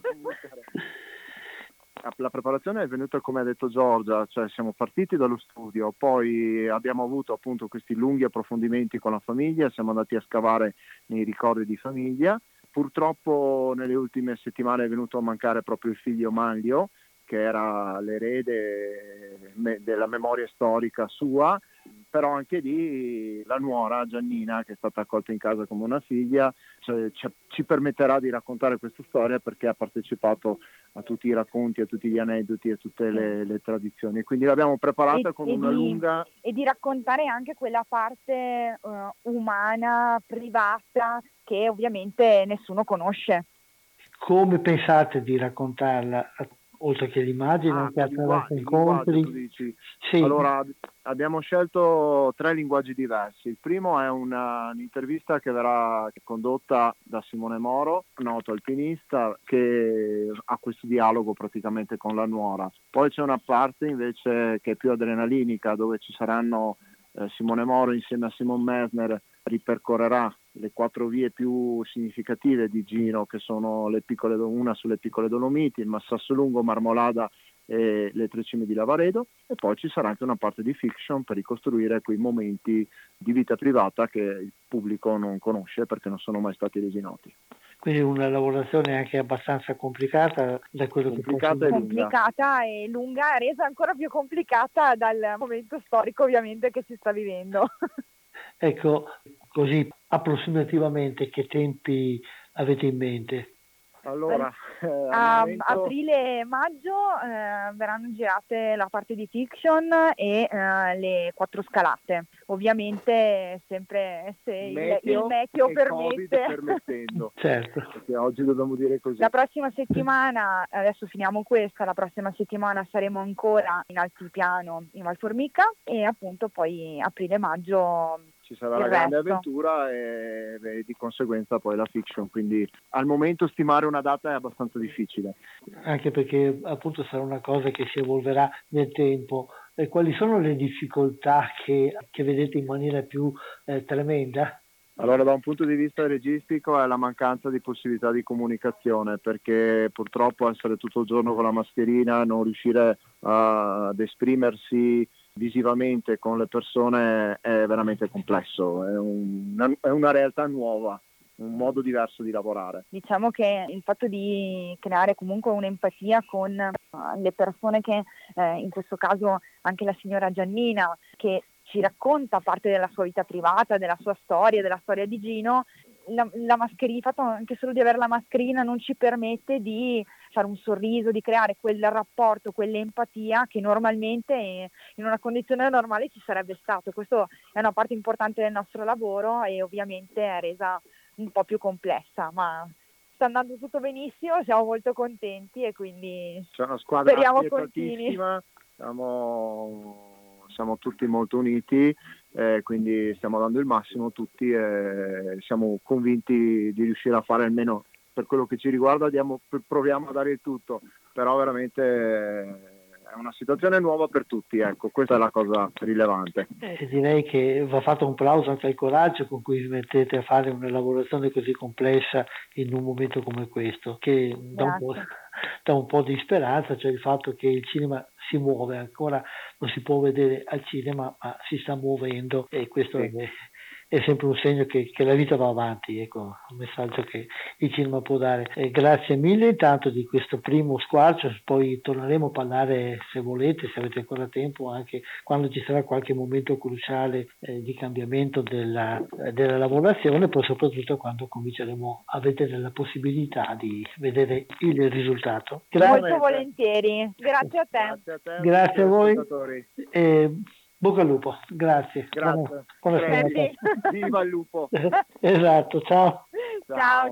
La preparazione è venuta come ha detto Giorgia, cioè siamo partiti dallo studio, poi abbiamo avuto appunto questi lunghi approfondimenti con la famiglia, siamo andati a scavare nei ricordi di famiglia. Purtroppo nelle ultime settimane è venuto a mancare proprio il figlio Manlio, che era l'erede della memoria storica sua, però anche lì la nuora Giannina, che è stata accolta in casa come una figlia, ci permetterà di raccontare questa storia perché ha partecipato a tutti i racconti, a tutti gli aneddoti, a tutte le tradizioni. Quindi l'abbiamo preparata con una lunga... E di raccontare anche quella parte umana, privata, che ovviamente nessuno conosce. Come pensate di raccontarla? Oltre che l'immagine, anche attraverso incontri? Tu dici. Sì. Allora, abbiamo scelto 3 linguaggi diversi. Il primo è un'intervista che verrà condotta da Simone Moro, noto alpinista, che ha questo dialogo praticamente con la nuora. Poi c'è una parte invece che è più adrenalinica, dove ci saranno Simone Moro insieme a Simon Mesner ripercorrerà le 4 vie più significative di Gino, che sono una sulle piccole Dolomiti, il Massassolungo, Marmolada e le 3 cime di Lavaredo, e poi ci sarà anche una parte di fiction per ricostruire quei momenti di vita privata che il pubblico non conosce perché non sono mai stati resi noti. Quindi una lavorazione anche abbastanza complicata da quello che posso dire. Complicata e lunga, resa ancora più complicata dal momento storico ovviamente che si sta vivendo. Ecco, così approssimativamente che tempi avete in mente? Allora, a aprile e maggio verranno girate la parte di fiction e le 4 scalate. Ovviamente sempre se il meteo permette. Permettendo. Certo. Perché oggi dobbiamo dire così. La prossima settimana, adesso finiamo questa, la prossima settimana saremo ancora in Altipiano, in Valformica, e appunto poi aprile e maggio ci sarà la grande avventura e di conseguenza poi la fiction, quindi al momento stimare una data è abbastanza difficile. Anche perché appunto sarà una cosa che si evolverà nel tempo. E quali sono le difficoltà che vedete in maniera più tremenda? Allora, da un punto di vista registico è la mancanza di possibilità di comunicazione, perché purtroppo essere tutto il giorno con la mascherina, non riuscire ad esprimersi visivamente con le persone è veramente complesso, è una realtà nuova, un modo diverso di lavorare. Diciamo che il fatto di creare comunque un'empatia con le persone che, in questo caso anche la signora Giannina, che ci racconta parte della sua vita privata, della sua storia, della storia di Gino, la mascherina, il fatto anche solo di avere la mascherina non ci permette di fare un sorriso, di creare quel rapporto, quell'empatia che normalmente in una condizione normale ci sarebbe stato. Questo è una parte importante del nostro lavoro e ovviamente è resa un po' più complessa, ma sta andando tutto benissimo, siamo molto contenti e quindi c'è una squadra speriamo continui. Siamo tutti molto uniti, quindi stiamo dando il massimo tutti e siamo convinti di riuscire a fare, almeno per quello che ci riguarda, proviamo a dare il tutto, però veramente è una situazione nuova per tutti, ecco, questa è la cosa rilevante. Direi che va fatto un plauso anche al coraggio con cui vi mettete a fare una lavorazione così complessa in un momento come questo, che dà un po' di speranza, cioè il fatto che il cinema si muove, ancora non si può vedere al cinema, ma si sta muovendo, e questo è sempre un segno che la vita va avanti, ecco, un messaggio che il cinema può dare. Grazie mille intanto di questo primo squarcio, poi torneremo a parlare, se volete, se avete ancora tempo, anche quando ci sarà qualche momento cruciale di cambiamento della lavorazione, poi soprattutto quando cominceremo a vedere la possibilità di vedere il risultato. Molto volentieri, grazie a te. Grazie a voi. Bocca al lupo, grazie. Grazie. Viva il lupo. Esatto, ciao. Ciao.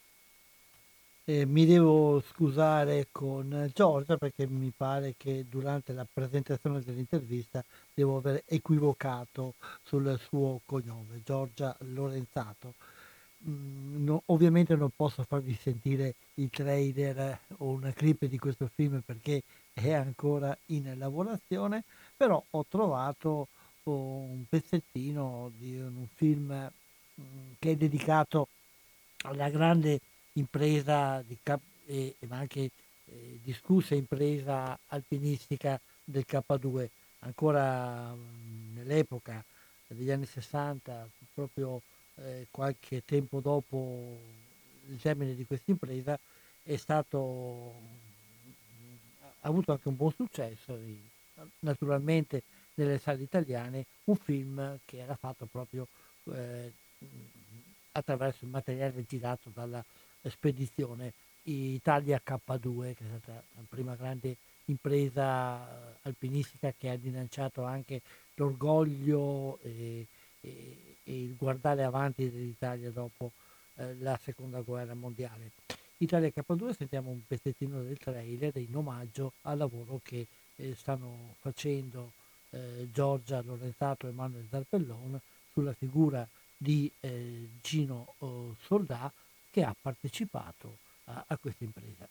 Mi devo scusare con Giorgia perché mi pare che durante la presentazione dell'intervista devo aver equivocato sul suo cognome, Giorgia Lorenzato. Ovviamente non posso farvi sentire il trailer o una clip di questo film perché è ancora in lavorazione, però ho trovato un pezzettino di un film che è dedicato alla grande impresa ma anche discussa impresa alpinistica del K2, ancora nell'epoca degli anni 60, proprio qualche tempo dopo il termine di questa impresa, è stato avuto anche un buon successo, naturalmente nelle sale italiane, un film che era fatto proprio eh, attraverso il materiale girato dalla spedizione Italia K2, che è stata la prima grande impresa alpinistica che ha rilanciato anche l'orgoglio e il guardare avanti dell'Italia dopo la seconda guerra mondiale. Italia K2, sentiamo un pezzettino del trailer in omaggio al lavoro che stanno facendo Giorgia Lorenzato e Manuel Zarpellon sulla figura di Gino Soldà, che ha partecipato a questa impresa.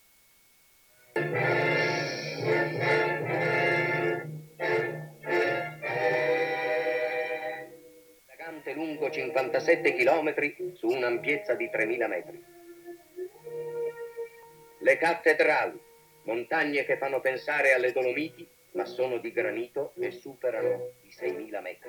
Dilagante lungo 57 km su un'ampiezza di 3.000 metri. Le cattedrali, montagne che fanno pensare alle Dolomiti, ma sono di granito e superano i 6.000 metri.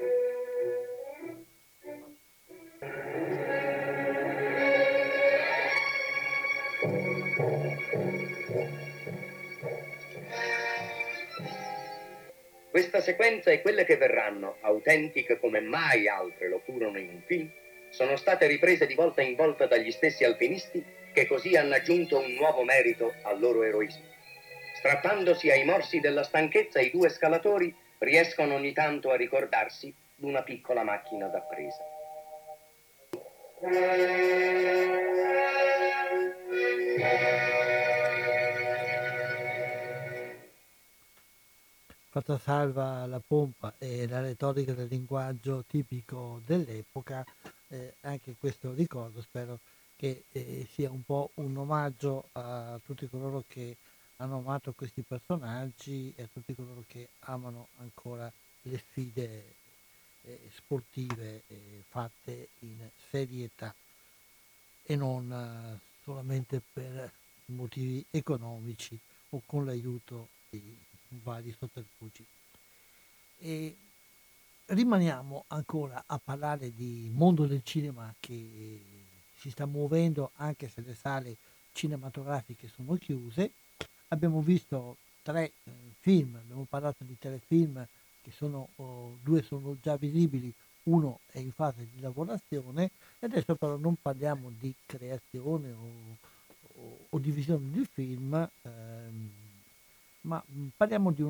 Questa sequenza e quelle che verranno, autentiche come mai altre lo furono in un film, sono state riprese di volta in volta dagli stessi alpinisti che così hanno aggiunto un nuovo merito al loro eroismo. Strappandosi ai morsi della stanchezza, i due scalatori riescono ogni tanto a ricordarsi di una piccola macchina da presa. Fatta salva la pompa e la retorica del linguaggio tipico dell'epoca, anche questo ricordo spero che sia un po' un omaggio a tutti coloro che hanno amato questi personaggi e a tutti coloro che amano ancora le sfide sportive fatte in serietà e non solamente per motivi economici o con l'aiuto di vari sotterfugi. E rimaniamo ancora a parlare di mondo del cinema che si sta muovendo anche se le sale cinematografiche sono chiuse. Abbiamo visto 3 film, abbiamo parlato di telefilm che sono due sono già visibili, uno è in fase di lavorazione e adesso però non parliamo di creazione o di visione di film, ma parliamo di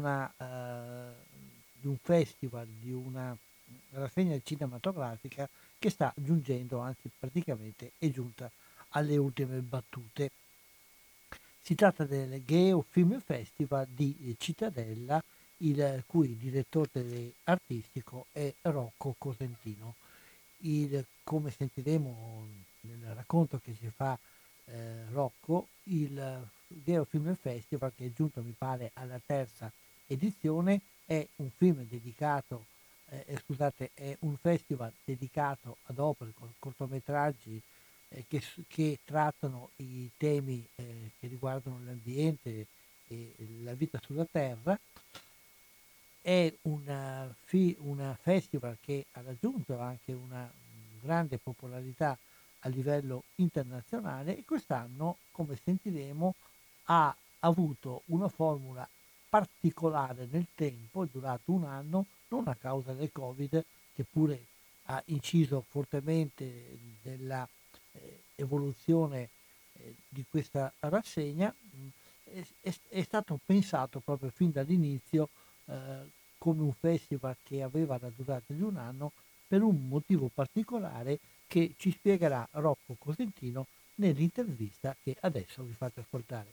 un festival, di una rassegna cinematografica che sta giungendo, anzi praticamente è giunta alle ultime battute. Si tratta del Geo Film Festival di Cittadella, il cui direttore artistico è Rocco Cosentino. Come sentiremo nel racconto che ci fa Rocco, il Geo Film Festival, che è giunto mi pare alla 3ª edizione, è un film dedicato, è un festival dedicato ad opere, cortometraggi che trattano i temi che riguardano l'ambiente e la vita sulla Terra. È una festival che ha raggiunto anche una grande popolarità a livello internazionale e quest'anno, come sentiremo, ha avuto una formula particolare nel tempo, è durato un anno, non a causa del Covid, che pure ha inciso fortemente nella evoluzione di questa rassegna. È stato pensato proprio fin dall'inizio come un festival che aveva la durata di un anno per un motivo particolare che ci spiegherà Rocco Cosentino nell'intervista che adesso vi faccio ascoltare.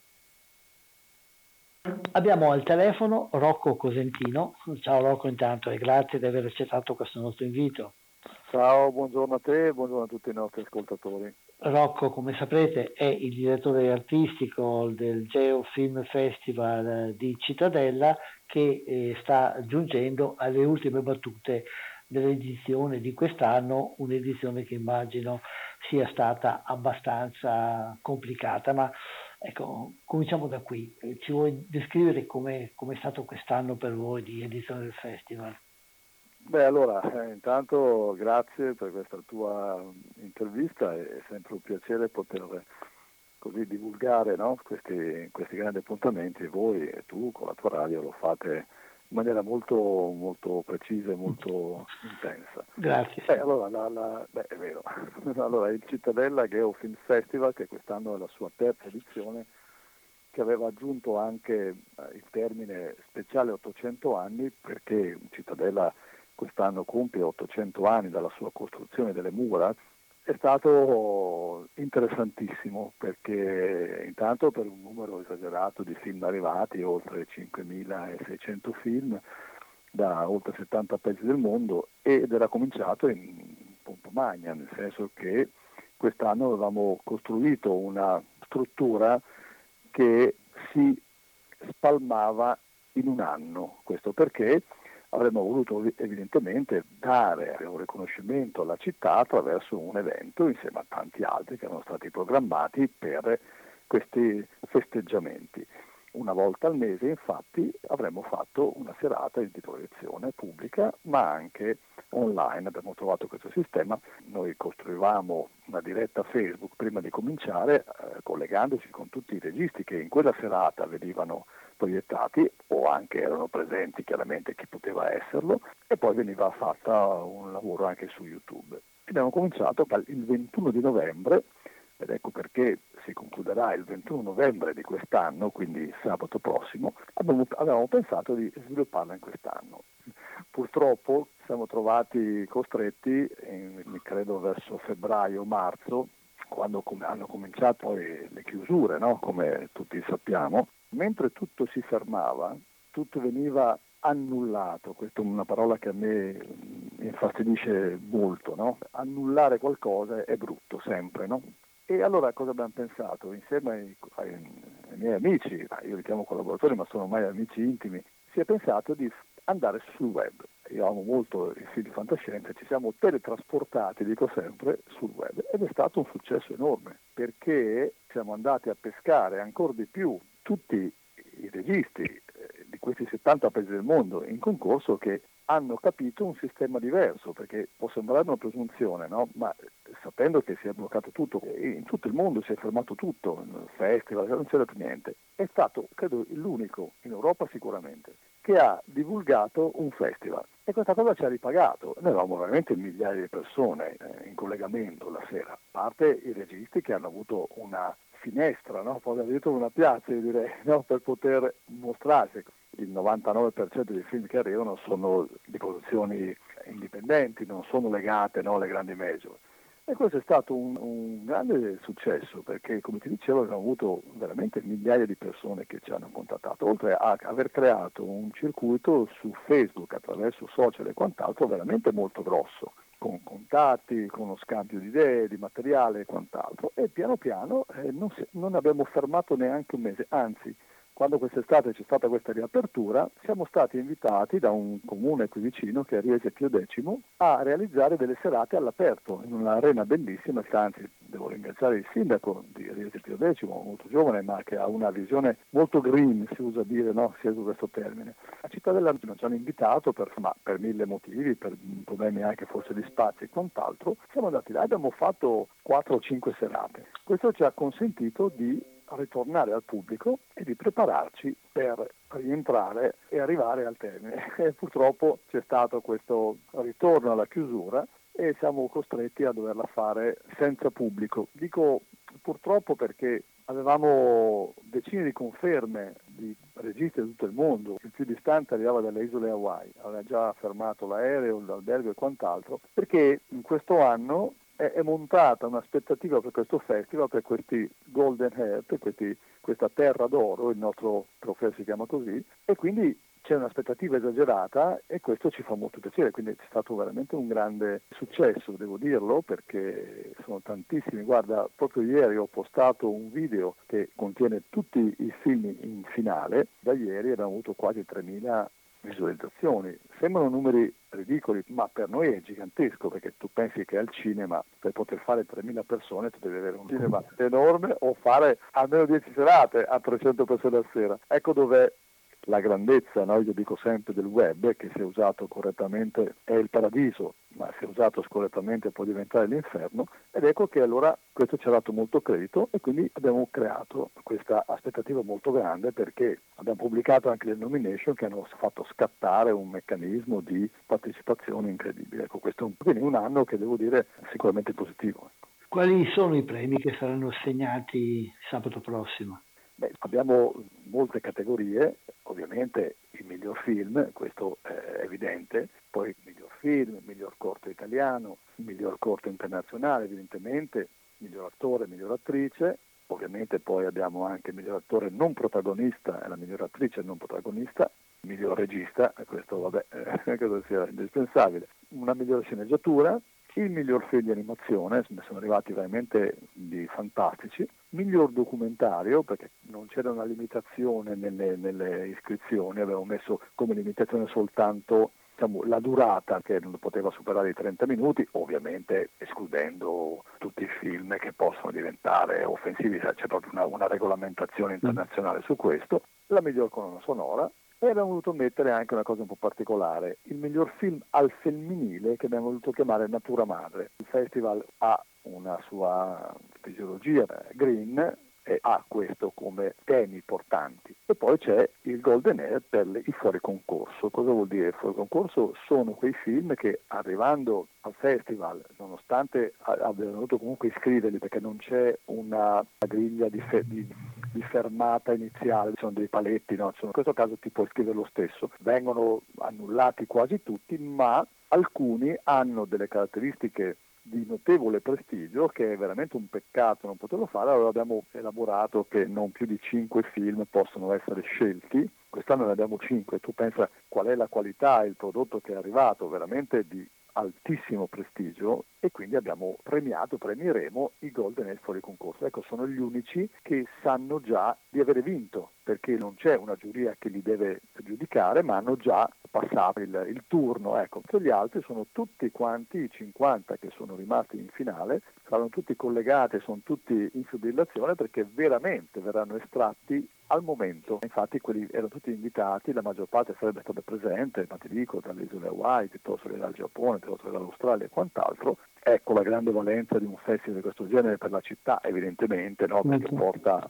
Abbiamo al telefono Rocco Cosentino. Ciao Rocco intanto e grazie di aver accettato questo nostro invito. Ciao, buongiorno a te e buongiorno a tutti i nostri ascoltatori. Rocco, come saprete, è il direttore artistico del Geo Film Festival di Cittadella che sta giungendo alle ultime battute dell'edizione di quest'anno, un'edizione che immagino sia stata abbastanza complicata, ma ecco, cominciamo da qui. Ci vuoi descrivere come è stato quest'anno per voi di edizione del festival? Beh, allora, intanto grazie per questa tua intervista, è sempre un piacere poter così divulgare, no? questi grandi appuntamenti, e voi e tu con la tua radio lo fate in maniera molto, molto precisa e molto intensa. Grazie. Allora, è vero. Allora, il Cittadella Geo Film Festival, che quest'anno è la sua terza edizione, che aveva aggiunto anche il termine speciale 800 anni, perché Cittadella quest'anno compie 800 anni dalla sua costruzione delle mura. È stato interessantissimo, perché intanto per un numero esagerato di film arrivati, oltre 5.600 film da oltre 70 paesi del mondo, ed era cominciato in pompa magna, nel senso che quest'anno avevamo costruito una struttura che si spalmava in un anno. Questo perché avremmo voluto evidentemente dare un riconoscimento alla città attraverso un evento insieme a tanti altri che erano stati programmati per questi festeggiamenti. Una volta al mese, infatti, avremmo fatto una serata di proiezione pubblica, ma anche online. Abbiamo trovato questo sistema. Noi costruivamo una diretta Facebook prima di cominciare, collegandoci con tutti i registi che in quella serata venivano proiettati, o anche erano presenti chiaramente chi poteva esserlo, e poi veniva fatta un lavoro anche su YouTube. Abbiamo cominciato il 21 di novembre, ed ecco perché si concluderà il 21 novembre di quest'anno, quindi sabato prossimo. Avevamo pensato di svilupparla in quest'anno. Purtroppo siamo trovati costretti, credo verso febbraio-marzo, quando hanno cominciato poi le chiusure, no? Come tutti sappiamo, mentre tutto si fermava, tutto veniva annullato. Questa è una parola che a me infastidisce molto, no? Annullare qualcosa è brutto sempre, no? E allora cosa abbiamo pensato? Insieme ai miei amici, io li chiamo collaboratori ma sono ormai amici intimi, si è pensato di andare sul web. Io amo molto i film di fantascienza, ci siamo teletrasportati, dico sempre, sul web, ed è stato un successo enorme, perché siamo andati a pescare ancora di più tutti i registi di questi 70 paesi del mondo in concorso, che hanno capito un sistema diverso, perché può sembrare una presunzione, no? Ma sapendo che si è bloccato tutto, in tutto il mondo si è fermato tutto, il festival, non c'era più niente, è stato, credo, l'unico, in Europa sicuramente, che ha divulgato un festival, e questa cosa ci ha ripagato. Noi avevamo veramente migliaia di persone in collegamento la sera, a parte i registi che hanno avuto una finestra, no? Poi addirittura una piazza, io direi, no? Per poter mostrarsi. Il 99% dei film che arrivano sono di produzioni indipendenti, non sono legate, no, alle grandi major. E questo è stato un grande successo, perché, come ti dicevo, abbiamo avuto veramente migliaia di persone che ci hanno contattato, oltre a aver creato un circuito su Facebook attraverso social e quant'altro veramente molto grosso, con contatti, con uno scambio di idee, di materiale e quant'altro. E piano piano non abbiamo fermato neanche un mese, anzi, quando quest'estate c'è stata questa riapertura, siamo stati invitati da un comune qui vicino, che è Riese Pio X, a realizzare delle serate all'aperto, in un'arena bellissima. Anzi, devo ringraziare il sindaco di Riese Pio X, molto giovane, ma che ha una visione molto green, si usa dire, no? Si usa questo termine. A Cittadella ci hanno invitato per 1000 motivi, per problemi anche forse di spazi e quant'altro. Siamo andati là e abbiamo fatto 4 o 5 serate. Questo ci ha consentito di ritornare al pubblico e di prepararci per rientrare e arrivare al termine. E purtroppo c'è stato questo ritorno alla chiusura e siamo costretti a doverla fare senza pubblico. Dico purtroppo perché avevamo decine di conferme di registi di tutto il mondo. Il più distante arrivava dalle isole Hawaii, aveva già fermato l'aereo, l'albergo e quant'altro, perché in questo anno è montata un'aspettativa per questo festival, per questi Golden Earth, questa terra d'oro, il nostro trofeo si chiama così, e quindi c'è un'aspettativa esagerata e questo ci fa molto piacere. Quindi è stato veramente un grande successo, devo dirlo, perché sono tantissimi. Guarda, proprio ieri ho postato un video che contiene tutti i film in finale. Da ieri abbiamo avuto quasi 3.000 visualizzazioni. Sembrano numeri ridicoli, ma per noi è gigantesco, perché tu pensi che al cinema, per poter fare 3.000 persone, tu devi avere un cinema enorme o fare almeno 10 serate a 300 persone a sera. Ecco dov'è la grandezza, no? Io dico sempre del web, che se usato correttamente è il paradiso, ma se usato scorrettamente può diventare l'inferno, ed ecco che allora questo ci ha dato molto credito e quindi abbiamo creato questa aspettativa molto grande, perché abbiamo pubblicato anche le nomination che hanno fatto scattare un meccanismo di partecipazione incredibile. Ecco, questo è quindi un anno che devo dire sicuramente positivo. Quali sono i premi che saranno assegnati sabato prossimo? Abbiamo molte categorie, ovviamente il miglior film, questo è evidente, poi il miglior film, il miglior corto italiano, il miglior corto internazionale evidentemente, il miglior attore, miglior attrice, ovviamente poi abbiamo anche il miglior attore non protagonista e la miglior attrice non protagonista, il miglior regista, questo credo sia indispensabile, una migliore sceneggiatura, il miglior film di animazione, ne sono arrivati veramente di fantastici, miglior documentario, perché non c'era una limitazione nelle iscrizioni, avevo messo come limitazione soltanto la durata, che non poteva superare i 30 minuti, ovviamente escludendo tutti i film che possono diventare offensivi, c'è proprio una regolamentazione internazionale su questo, la miglior colonna sonora. E abbiamo voluto mettere anche una cosa un po' particolare, il miglior film al femminile che abbiamo voluto chiamare Natura Madre. Il festival ha una sua fisiologia green e ha questo come temi portanti. E poi c'è il Golden Air per i fuori concorso. Cosa vuol dire fuori concorso? Sono quei film che arrivando al festival, nonostante abbiano dovuto comunque iscriverli perché non c'è una griglia di fermata iniziale, sono dei paletti, no? In questo caso ti puoi iscrivere lo stesso. Vengono annullati quasi tutti, ma alcuni hanno delle caratteristiche di notevole prestigio che è veramente un peccato non poterlo fare. Allora abbiamo elaborato che non più di 5 film possono essere scelti, quest'anno ne abbiamo 5, tu pensa qual è la qualità, il prodotto che è arrivato veramente di altissimo prestigio, e quindi abbiamo premieremo i Golden Air fuori concorso. Ecco, sono gli unici che sanno già di avere vinto, perché non c'è una giuria che li deve giudicare, ma hanno già passato il turno. Ecco, gli altri sono tutti quanti, i 50 che sono rimasti in finale, saranno tutti collegati, sono tutti in fibrillazione, perché veramente verranno estratti al momento. Infatti quelli erano tutti invitati, la maggior parte sarebbe stata presente, ma ti dico, dalle isole Hawaii, piuttosto che dal Giappone, piuttosto che dall'Australia e quant'altro. Ecco la grande valenza di un festival di questo genere per la città, evidentemente, no? Perché porta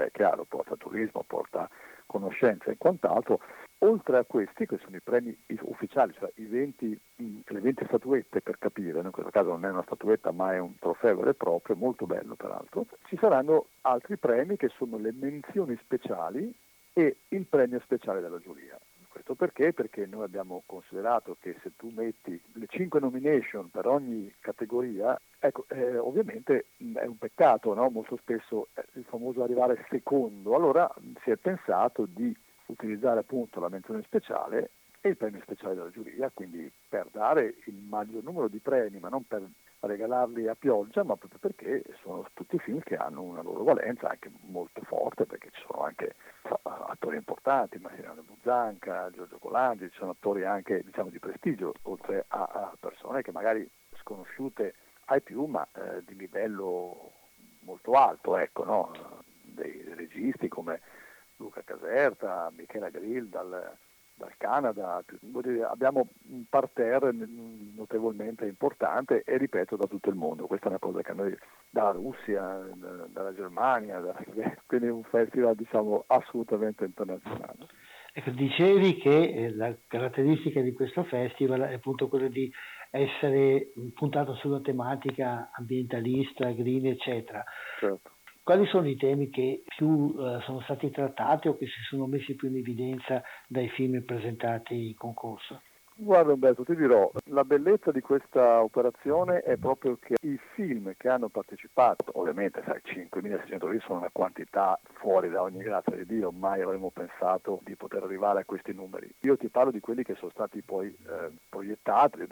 turismo, porta conoscenza e quant'altro. Oltre a questi, che sono i premi ufficiali, cioè le 20 statuette per capire, in questo caso non è una statuetta ma è un trofeo vero e proprio, molto bello peraltro, ci saranno altri premi che sono le menzioni speciali e il premio speciale della giuria. Questo perché? Perché noi abbiamo considerato che se tu metti le 5 nomination per ogni categoria, ecco, ovviamente è un peccato, no? Molto spesso il famoso arrivare secondo, allora si è pensato di utilizzare appunto la menzione speciale e il premio speciale della giuria, quindi per dare il maggior numero di premi, ma non per regalarli a pioggia, ma proprio perché sono tutti film che hanno una loro valenza anche molto forte, perché ci sono anche attori importanti, Massimiliano Buzzanca, Giorgio Colangi, ci sono attori anche di prestigio, oltre a persone che magari sconosciute ai più, ma di livello molto alto, ecco, no? Dei registi come Luca Caserta, Michela Grill dal Canada, abbiamo un parterre notevolmente importante e ripeto da tutto il mondo. Questa è una cosa che noi, dalla Russia, dalla Germania, quindi è un festival assolutamente internazionale. Ecco, dicevi che la caratteristica di questo festival è appunto quella di essere puntato sulla tematica ambientalista, green, eccetera. Certo. Quali sono i temi che più sono stati trattati o che si sono messi più in evidenza dai film presentati in concorso? Guarda Umberto, ti dirò, la bellezza di questa operazione è proprio che i film che hanno partecipato, ovviamente sai, 5.600 lì sono una quantità fuori da ogni grazia di Dio, mai avremmo pensato di poter arrivare a questi numeri. Io ti parlo di quelli che sono stati poi proiettati,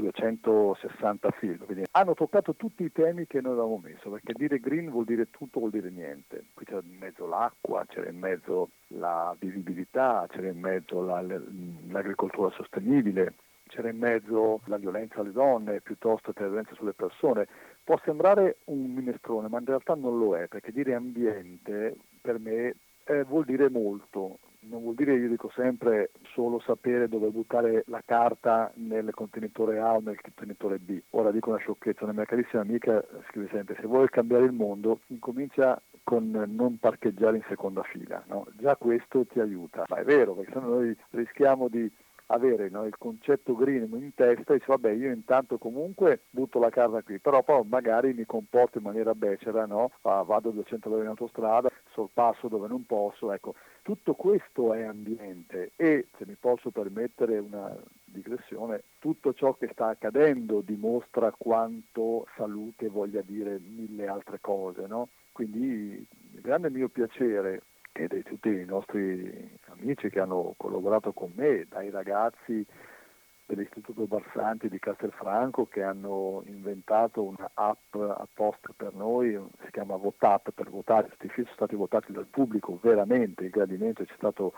260 film, quindi hanno toccato tutti i temi che noi avevamo messo, perché dire green vuol dire tutto, vuol dire niente. Qui c'era in mezzo l'acqua, c'era in mezzo la vivibilità, c'era in mezzo l'agricoltura sostenibile, c'era in mezzo la violenza alle donne piuttosto che la violenza sulle persone. Può sembrare un minestrone, ma in realtà non lo è, perché dire ambiente per me vuol dire molto. non vuol dire, io dico sempre, solo sapere dove buttare la carta nel contenitore A o nel contenitore B. Ora dico una sciocchezza, una mia carissima amica scrive sempre: se vuoi cambiare il mondo incomincia con non parcheggiare in seconda fila, no? Già questo ti aiuta, ma è vero, perché sennò noi rischiamo di avere, no, il concetto green in testa e dice vabbè, io intanto comunque butto la carta qui, però poi magari mi comporto in maniera becera, no? Vado 200 km in autostrada, sorpasso dove non posso, ecco. Tutto questo è ambiente e, se mi posso permettere una digressione, tutto ciò che sta accadendo dimostra quanto salute voglia dire mille altre cose, no? Quindi il grande mio piacere e di tutti i nostri amici che hanno collaborato con me, dai ragazzi dell'Istituto Barsanti di Castelfranco che hanno inventato una app apposta per noi, si chiama Votat, per votare. Questi film sono stati votati dal pubblico, veramente il gradimento è stato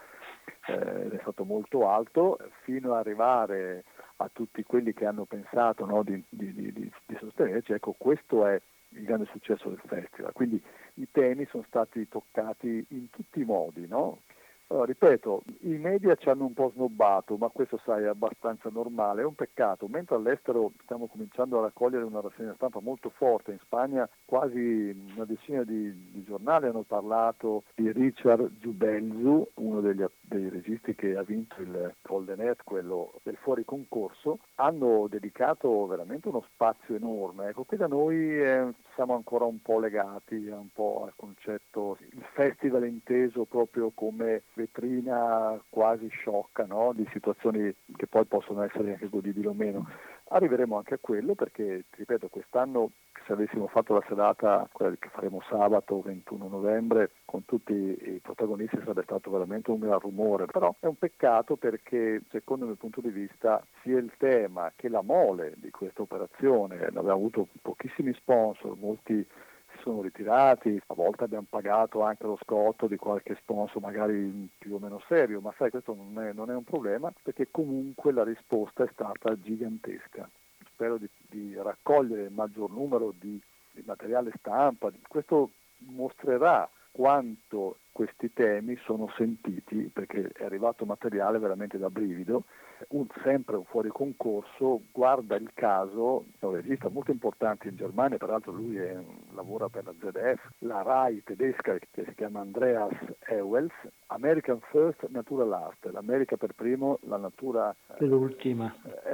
molto alto, fino ad arrivare a tutti quelli che hanno pensato, no, di sostenerci. Ecco, questo è il grande successo del festival, quindi i temi sono stati toccati in tutti i modi, no? Allora, ripeto, i media ci hanno un po' snobbato, ma questo, sai, è abbastanza normale, è un peccato. Mentre all'estero stiamo cominciando a raccogliere una rassegna stampa molto forte, in Spagna quasi una decina di giornali hanno parlato di Richard Giubelzu, uno dei registi che ha vinto il Golden Earth, quello del fuori concorso, hanno dedicato veramente uno spazio enorme. Ecco, qui da noi siamo ancora un po' legati un po' al concetto, il festival è inteso proprio come vetrina quasi sciocca, no? Di situazioni che poi possono essere anche godibili o meno. Arriveremo anche a quello perché, ti ripeto, quest'anno se avessimo fatto la serata, quella che faremo sabato 21 novembre, con tutti i protagonisti sarebbe stato veramente un gran rumore, però è un peccato perché secondo il mio punto di vista sia il tema che la mole di questa operazione, abbiamo avuto pochissimi sponsor, molti sono ritirati, a volte abbiamo pagato anche lo scotto di qualche sponsor magari più o meno serio, ma sai, questo non è un problema perché comunque la risposta è stata gigantesca. Spero di raccogliere il maggior numero di materiale stampa, questo mostrerà quanto questi temi sono sentiti, perché è arrivato materiale veramente da brivido. Sempre un fuori concorso guarda il caso, è un regista molto importante in Germania, peraltro lui lavora per la ZDF, la RAI tedesca, che si chiama Andreas Ewels, American First, Natural Last, l'America per primo, la natura per l'ultima.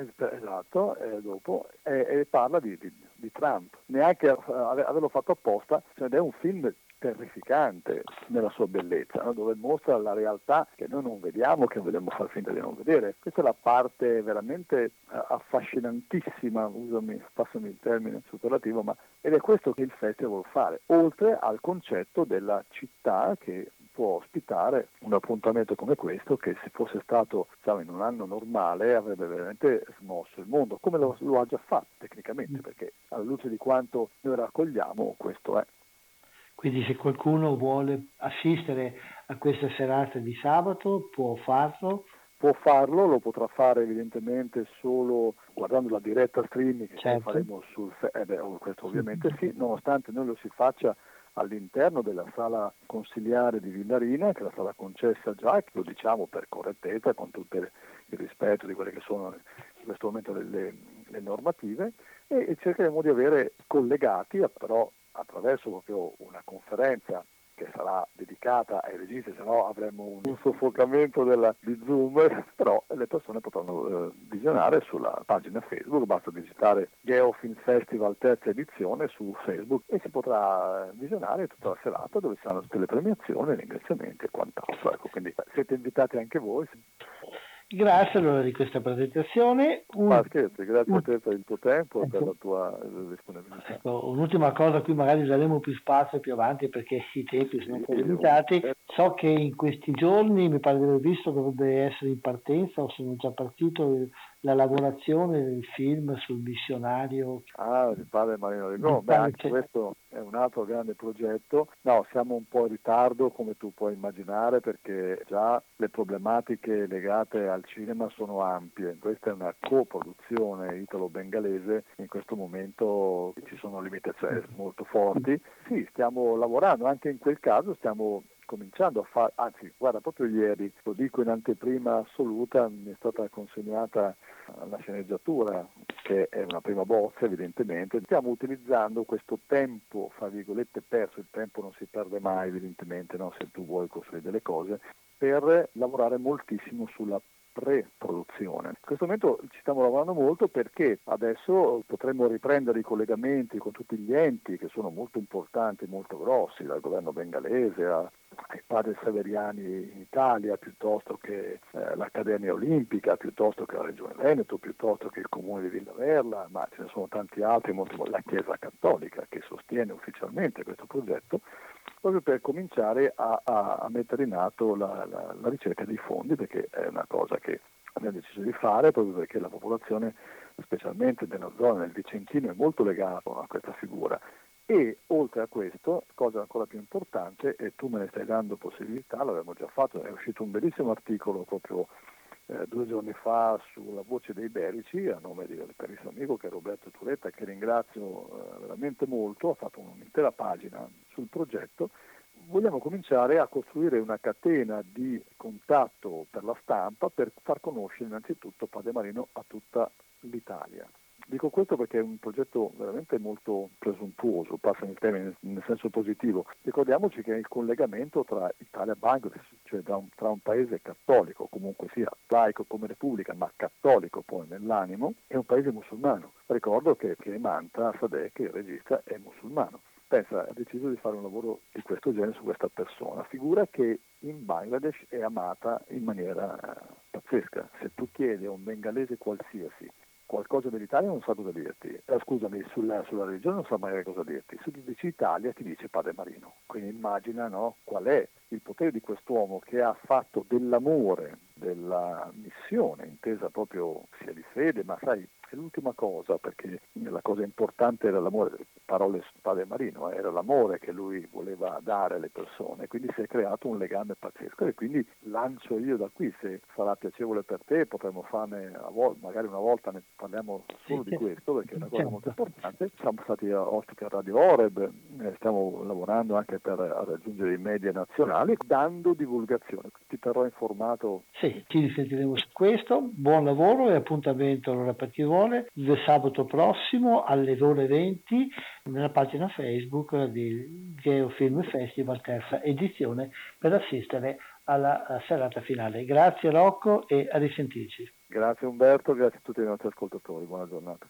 Esatto, dopo, e parla di Trump, neanche averlo fatto apposta, ed è un film terrificante nella sua bellezza, no? Dove mostra la realtà che noi non vediamo, che vogliamo far finta di non vedere. Questa è la parte veramente affascinantissima, passami il termine superlativo, ed è questo che il festival vuole fare, oltre al concetto della città che può ospitare un appuntamento come questo, che se fosse stato, in un anno normale avrebbe veramente smosso il mondo, come lo ha già fatto tecnicamente, perché alla luce di quanto noi raccogliamo questo è. Quindi se qualcuno vuole assistere a questa serata di sabato può farlo? Può farlo, lo potrà fare evidentemente solo guardando la diretta streaming che certo. faremo questo ovviamente sì, nonostante noi lo si faccia all'interno della sala consiliare di Villarina, che è la sala concessa già, che lo diciamo per correttezza, con tutto il rispetto di quelle che sono in questo momento le normative, e cercheremo di avere collegati, però attraverso proprio una conferenza che sarà dedicata ai registi, se no avremo un soffocamento di Zoom, però le persone potranno visionare sulla pagina Facebook, basta digitare Geofilm Festival terza edizione su Facebook e si potrà visionare tutta la serata dove saranno tutte le premiazioni, ringraziamenti e quant'altro. Ecco, quindi siete invitati anche voi. Grazie allora di questa presentazione. Grazie a te per il tuo tempo e per la tua disponibilità. Ecco, un'ultima cosa, qui magari daremo più spazio più avanti perché i tempi sono un po' limitati. So che in questi giorni, mi pare di aver visto, dovrebbe essere in partenza o sono già partito la lavorazione del film sul missionario. Il padre Marino Legò, anche questo è un altro grande progetto. No, siamo un po' in ritardo come tu puoi immaginare perché già le problematiche legate al cinema sono ampie. Questa è una coproduzione italo-bengalese, in questo momento ci sono limitazioni molto forti. Sì, stiamo lavorando, anche in quel caso stiamo cominciando a fare, anzi guarda, proprio ieri, lo dico in anteprima assoluta, mi è stata consegnata la sceneggiatura, che è una prima bozza evidentemente. Stiamo utilizzando questo tempo, fra virgolette, perso, il tempo non si perde mai evidentemente, no? Se tu vuoi costruire delle cose, per lavorare moltissimo sulla pre-produzione. In questo momento ci stiamo lavorando molto perché adesso potremmo riprendere i collegamenti con tutti gli enti che sono molto importanti, molto grossi, dal governo bengalese ai padri severiani in Italia, piuttosto che l'Accademia Olimpica, piuttosto che la Regione Veneto, piuttosto che il Comune di Villaverla, ma ce ne sono tanti altri, la Chiesa Cattolica che sostiene ufficialmente questo progetto, proprio per cominciare a mettere in atto la ricerca dei fondi, perché è una cosa che abbiamo deciso di fare, proprio perché la popolazione, specialmente nella zona del Vicentino, è molto legata a questa figura. E oltre a questo, cosa ancora più importante, e tu me ne stai dando possibilità, l'abbiamo già fatto, è uscito un bellissimo articolo proprio 2 giorni fa sulla Voce dei Berici, a nome del carissimo amico che è Roberto Turetta, che ringrazio veramente molto, ha fatto un'intera pagina sul progetto. Vogliamo cominciare a costruire una catena di contatto per la stampa per far conoscere innanzitutto Padre Marino a tutta l'Italia. Dico questo perché è un progetto veramente molto presuntuoso, passano il termine nel senso positivo. Ricordiamoci che è il collegamento tra Italia e Bangladesh, cioè tra un paese cattolico, comunque sia laico come repubblica, ma cattolico poi nell'animo, e un paese musulmano. Ricordo che Manta Sadek, il regista, è musulmano. Pensa, ha deciso di fare un lavoro di questo genere su questa persona, figura che in Bangladesh è amata in maniera pazzesca. Se tu chiedi a un bengalese qualsiasi qualcosa dell'Italia non sa cosa dirti, scusami, sulla religione non sa mai cosa dirti, se tu dici Italia ti dice Padre Marino, quindi immagina, no, qual è il potere di quest'uomo che ha fatto dell'amore, della missione, intesa proprio sia di fede, ma sai, è l'ultima cosa, perché la cosa importante era l'amore, parole Padre Marino, era l'amore che lui voleva dare alle persone, quindi si è creato un legame pazzesco e quindi lancio io da qui, se sarà piacevole per te potremmo farne magari una volta ne parliamo solo di questo, perché è una cosa molto importante. Siamo stati ospiti a Radio Oreb, stiamo lavorando anche per raggiungere i media nazionali, dando divulgazione, ti terrò informato. Sì, ci risentiremo su questo, buon lavoro e appuntamento allora per chi vuole il sabato prossimo alle ore 20 nella pagina Facebook di Geofilm Festival terza edizione per assistere alla serata finale. Grazie Rocco e a risentirci. Grazie Umberto, grazie a tutti i nostri ascoltatori, buona giornata.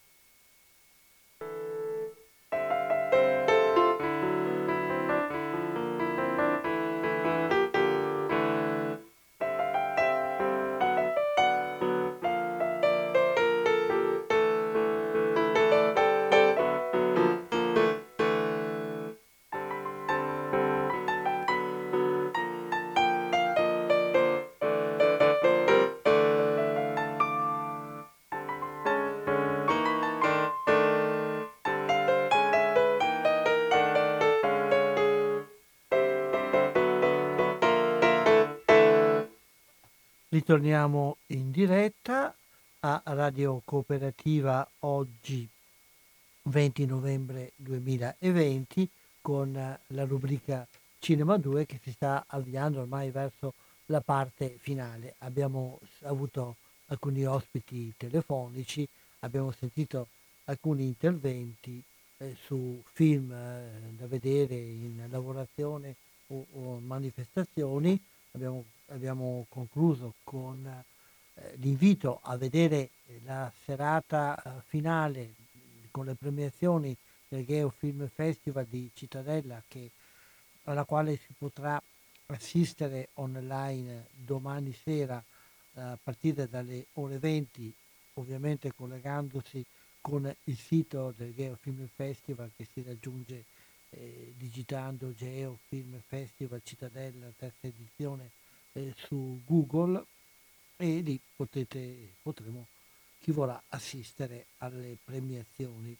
Ritorniamo in diretta a Radio Cooperativa oggi 20 novembre 2020 con la rubrica Cinema 2 che si sta avviando ormai verso la parte finale. Abbiamo avuto alcuni ospiti telefonici, abbiamo sentito alcuni interventi su film da vedere in lavorazione o manifestazioni. Abbiamo concluso con l'invito a vedere la serata finale con le premiazioni del Geo Film Festival di Cittadella, alla quale si potrà assistere online domani sera a partire dalle ore 20, ovviamente collegandosi con il sito del Geo Film Festival che si raggiunge digitando Geo Film Festival Cittadella terza edizione su Google, e lì potremo chi vorrà assistere alle premiazioni.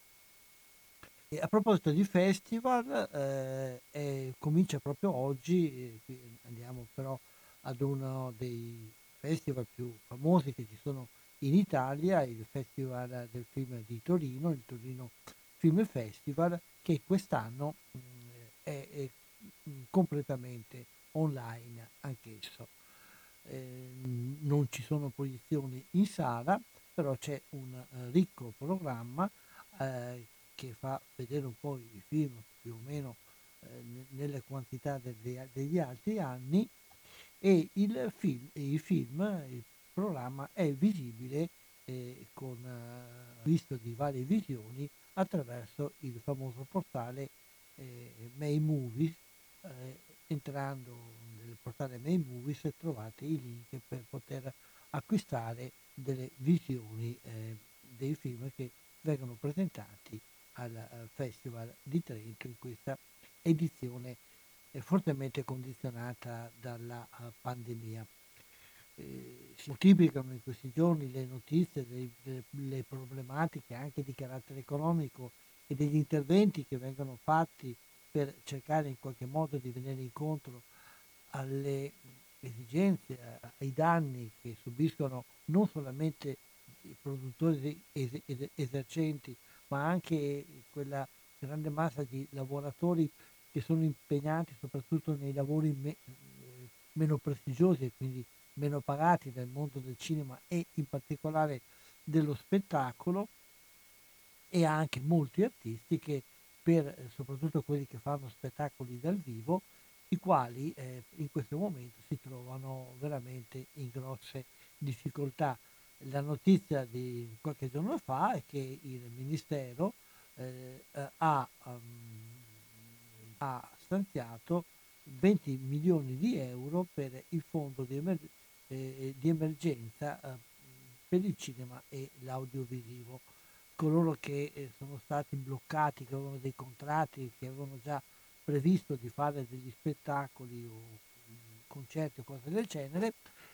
E a proposito di festival, comincia proprio oggi, andiamo però ad uno dei festival più famosi che ci sono in Italia, il Festival del Film di Torino, il Torino Film Festival, che quest'anno completamente online anch'esso. Non ci sono proiezioni in sala, però c'è un ricco programma che fa vedere un po' i film più o meno nelle quantità degli altri anni, e il programma è visibile con visto di varie visioni attraverso il famoso portale May Movies. Entrando nel portale May Movies trovate i link per poter acquistare delle visioni dei film che vengono presentati al Festival di Trento in questa edizione fortemente condizionata dalla pandemia. Si moltiplicano in questi giorni le notizie delle problematiche anche di carattere economico e degli interventi che vengono fatti per cercare in qualche modo di venire incontro alle esigenze, ai danni che subiscono non solamente i produttori esercenti, ma anche quella grande massa di lavoratori che sono impegnati soprattutto nei lavori meno prestigiosi e quindi meno pagati nel mondo del cinema e in particolare dello spettacolo, e anche molti artisti che soprattutto quelli che fanno spettacoli dal vivo, i quali in questo momento si trovano veramente in grosse difficoltà. La notizia di qualche giorno fa è che il Ministero ha stanziato 20 milioni di euro per il fondo di emergenza per il cinema e l'audiovisivo. Coloro che sono stati bloccati, che avevano dei contratti, che avevano già previsto di fare degli spettacoli o concerti o cose del genere,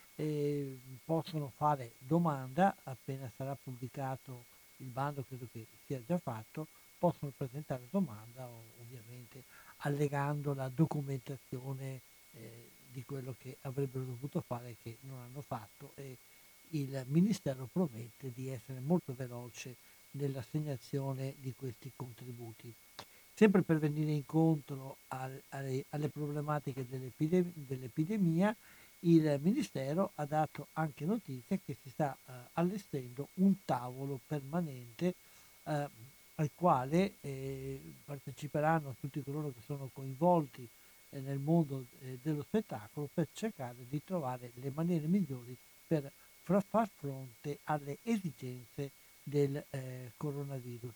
possono fare domanda appena sarà pubblicato il bando, credo che sia già fatto, possono presentare domanda ovviamente allegando la documentazione di quello che avrebbero dovuto fare e che non hanno fatto, e il Ministero promette di essere molto veloce nell'assegnazione di questi contributi. Sempre per venire incontro alle problematiche dell'epidemia, il Ministero ha dato anche notizia che si sta allestendo un tavolo permanente al quale parteciperanno tutti coloro che sono coinvolti nel mondo dello spettacolo, per cercare di trovare le maniere migliori per far fronte alle esigenze del coronavirus.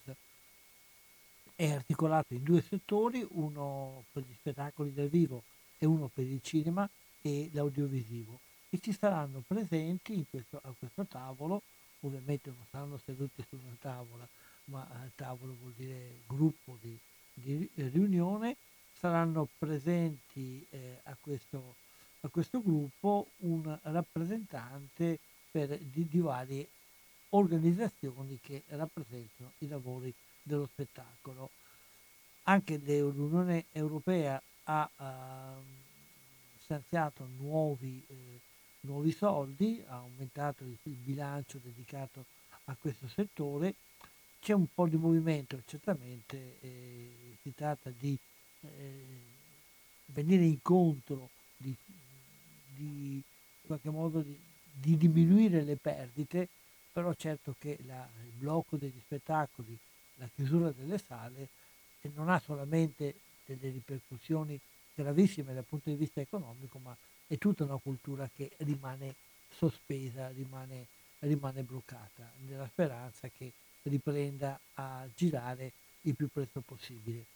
È articolato in due settori, uno per gli spettacoli dal vivo e uno per il cinema e l'audiovisivo, e ci saranno presenti a questo tavolo, ovviamente non saranno seduti su una tavola, ma tavolo vuol dire gruppo di riunione, saranno presenti a questo gruppo un rappresentante di varie organizzazioni che rappresentano i lavori dello spettacolo. Anche l'Unione Europea ha stanziato nuovi soldi, ha aumentato il bilancio dedicato a questo settore. C'è un po' di movimento, certamente si tratta di venire incontro, in qualche modo di diminuire le perdite, però certo che il blocco degli spettacoli, la chiusura delle sale non ha solamente delle ripercussioni gravissime dal punto di vista economico, ma è tutta una cultura che rimane sospesa, rimane bloccata, nella speranza che riprenda a girare il più presto possibile.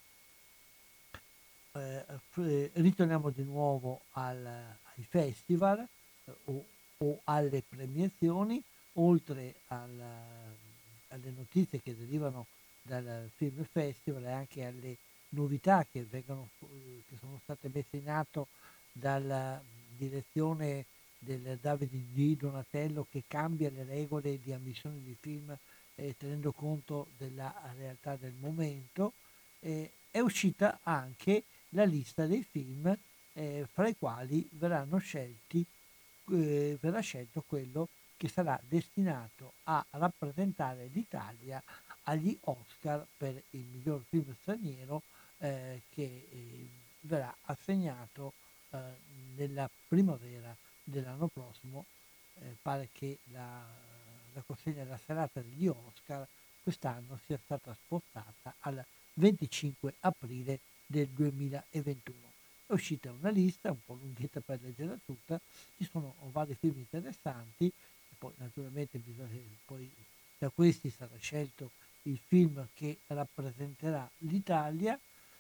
Ritorniamo di nuovo ai festival o alle premiazioni, oltre alle notizie che derivano dal Film Festival e anche alle novità che sono state messe in atto dalla direzione del Davide Di Donatello, che cambia le regole di ammissione di film tenendo conto della realtà del momento. È uscita anche la lista dei film fra i quali verrà scelto quello che sarà destinato a rappresentare l'Italia agli Oscar per il miglior film straniero, che verrà assegnato nella primavera dell'anno prossimo. Pare che la consegna della serata degli Oscar quest'anno sia stata spostata al 25 aprile del 2021. È uscita una lista un po' lunghetta per leggerla tutta, ci sono vari film interessanti, e poi naturalmente poi da questi sarà scelto il film che rappresenterà l'Italia,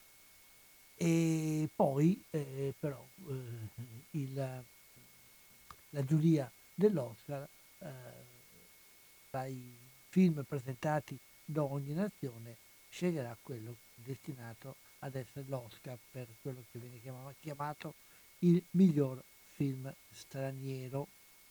e poi però la giuria dell'Oscar, tra i film presentati da ogni nazione, sceglierà quello destinato ad essere l'Oscar per quello che viene chiamato il miglior film straniero.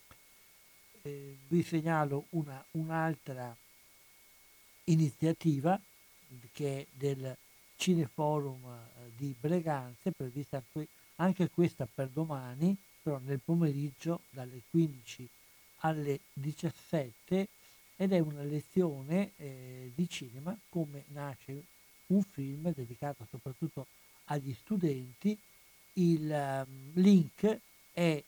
Vi segnalo un'altra iniziativa che è del Cineforum di Breganze, prevista anche questa per domani, però nel pomeriggio dalle 15 alle 17, ed è una lezione di cinema, come nasce un film dedicato soprattutto agli studenti. Il link è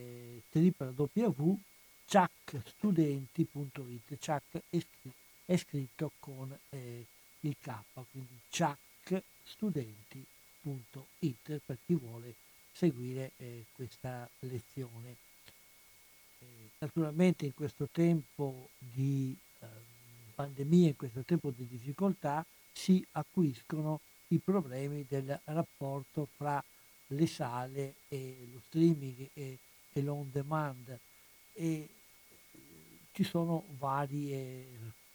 www.ciacstudenti.it. Ciac è scritto con il K, quindi ciacstudenti.it per chi vuole seguire questa lezione. Naturalmente in questo tempo di pandemia, in questo tempo di difficoltà, si acuiscono i problemi del rapporto fra le sale e lo streaming e l'on demand, e ci sono vari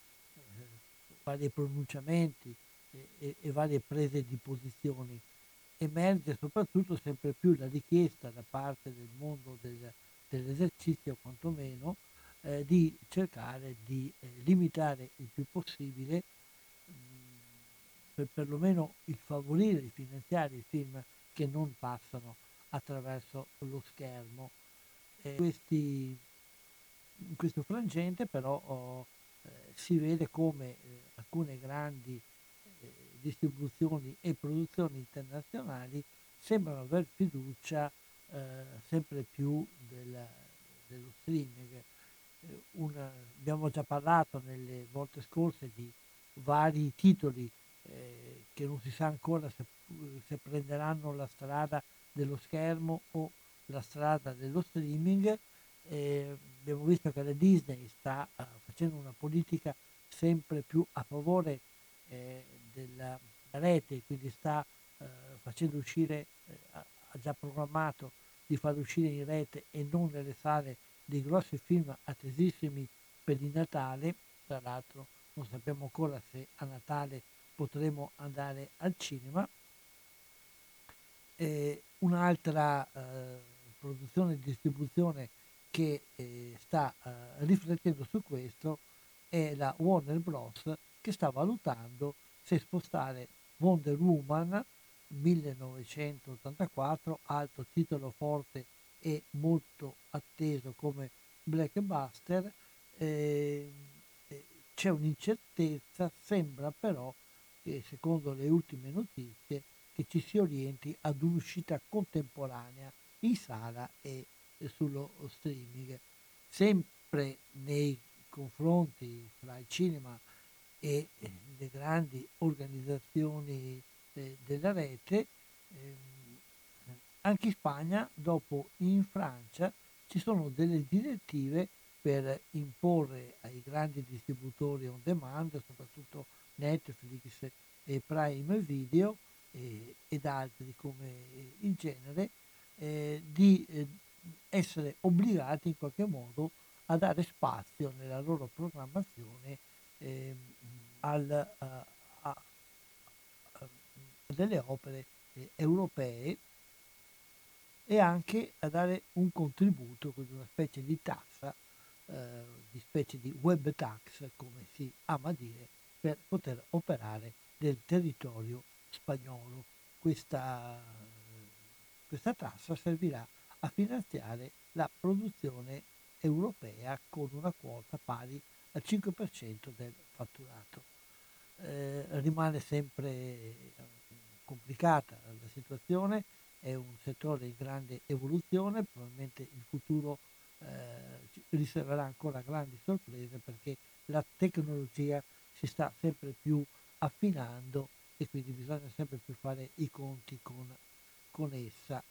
pronunciamenti e varie prese di posizioni. Emerge soprattutto sempre più la richiesta da parte del mondo dell'esercizio, quantomeno, di cercare di limitare il più possibile, per perlomeno il favorire, il finanziare i film che non passano attraverso lo schermo. In questo frangente però si vede come alcune grandi distribuzioni e produzioni internazionali sembrano aver fiducia sempre più dello streaming. Abbiamo già parlato nelle volte scorse di vari titoli che non si sa ancora se prenderanno la strada dello schermo o la strada dello streaming. Abbiamo visto che la Disney sta facendo una politica sempre più a favore della rete, quindi sta facendo uscire, ha già programmato di far uscire in rete e non nelle sale dei grossi film attesissimi per il Natale. Tra l'altro non sappiamo ancora se a Natale potremo andare al cinema. Un'altra produzione e distribuzione che sta riflettendo su questo è la Warner Bros., che sta valutando se spostare Wonder Woman 1984, altro titolo forte e molto atteso come blockbuster. C'è un'incertezza, sembra però che secondo le ultime notizie che ci si orienti ad un'uscita contemporanea in sala e sullo streaming, sempre nei confronti fra il cinema e le grandi organizzazioni della rete. Anche in Spagna, dopo in Francia, ci sono delle direttive per imporre ai grandi distributori on demand, soprattutto Netflix e Prime Video ed altri come il genere, di essere obbligati in qualche modo a dare spazio nella loro programmazione delle opere europee, e anche a dare un contributo, quindi una specie di tassa, di specie di web tax, come si ama dire, per poter operare nel territorio spagnolo. Questa tassa servirà a finanziare la produzione europea con una quota pari al 5% del fatturato. Rimane sempre complicata la situazione, è un settore in grande evoluzione, probabilmente il futuro ci riserverà ancora grandi sorprese perché la tecnologia si sta sempre più affinando e quindi bisogna sempre più fare i conti con essa.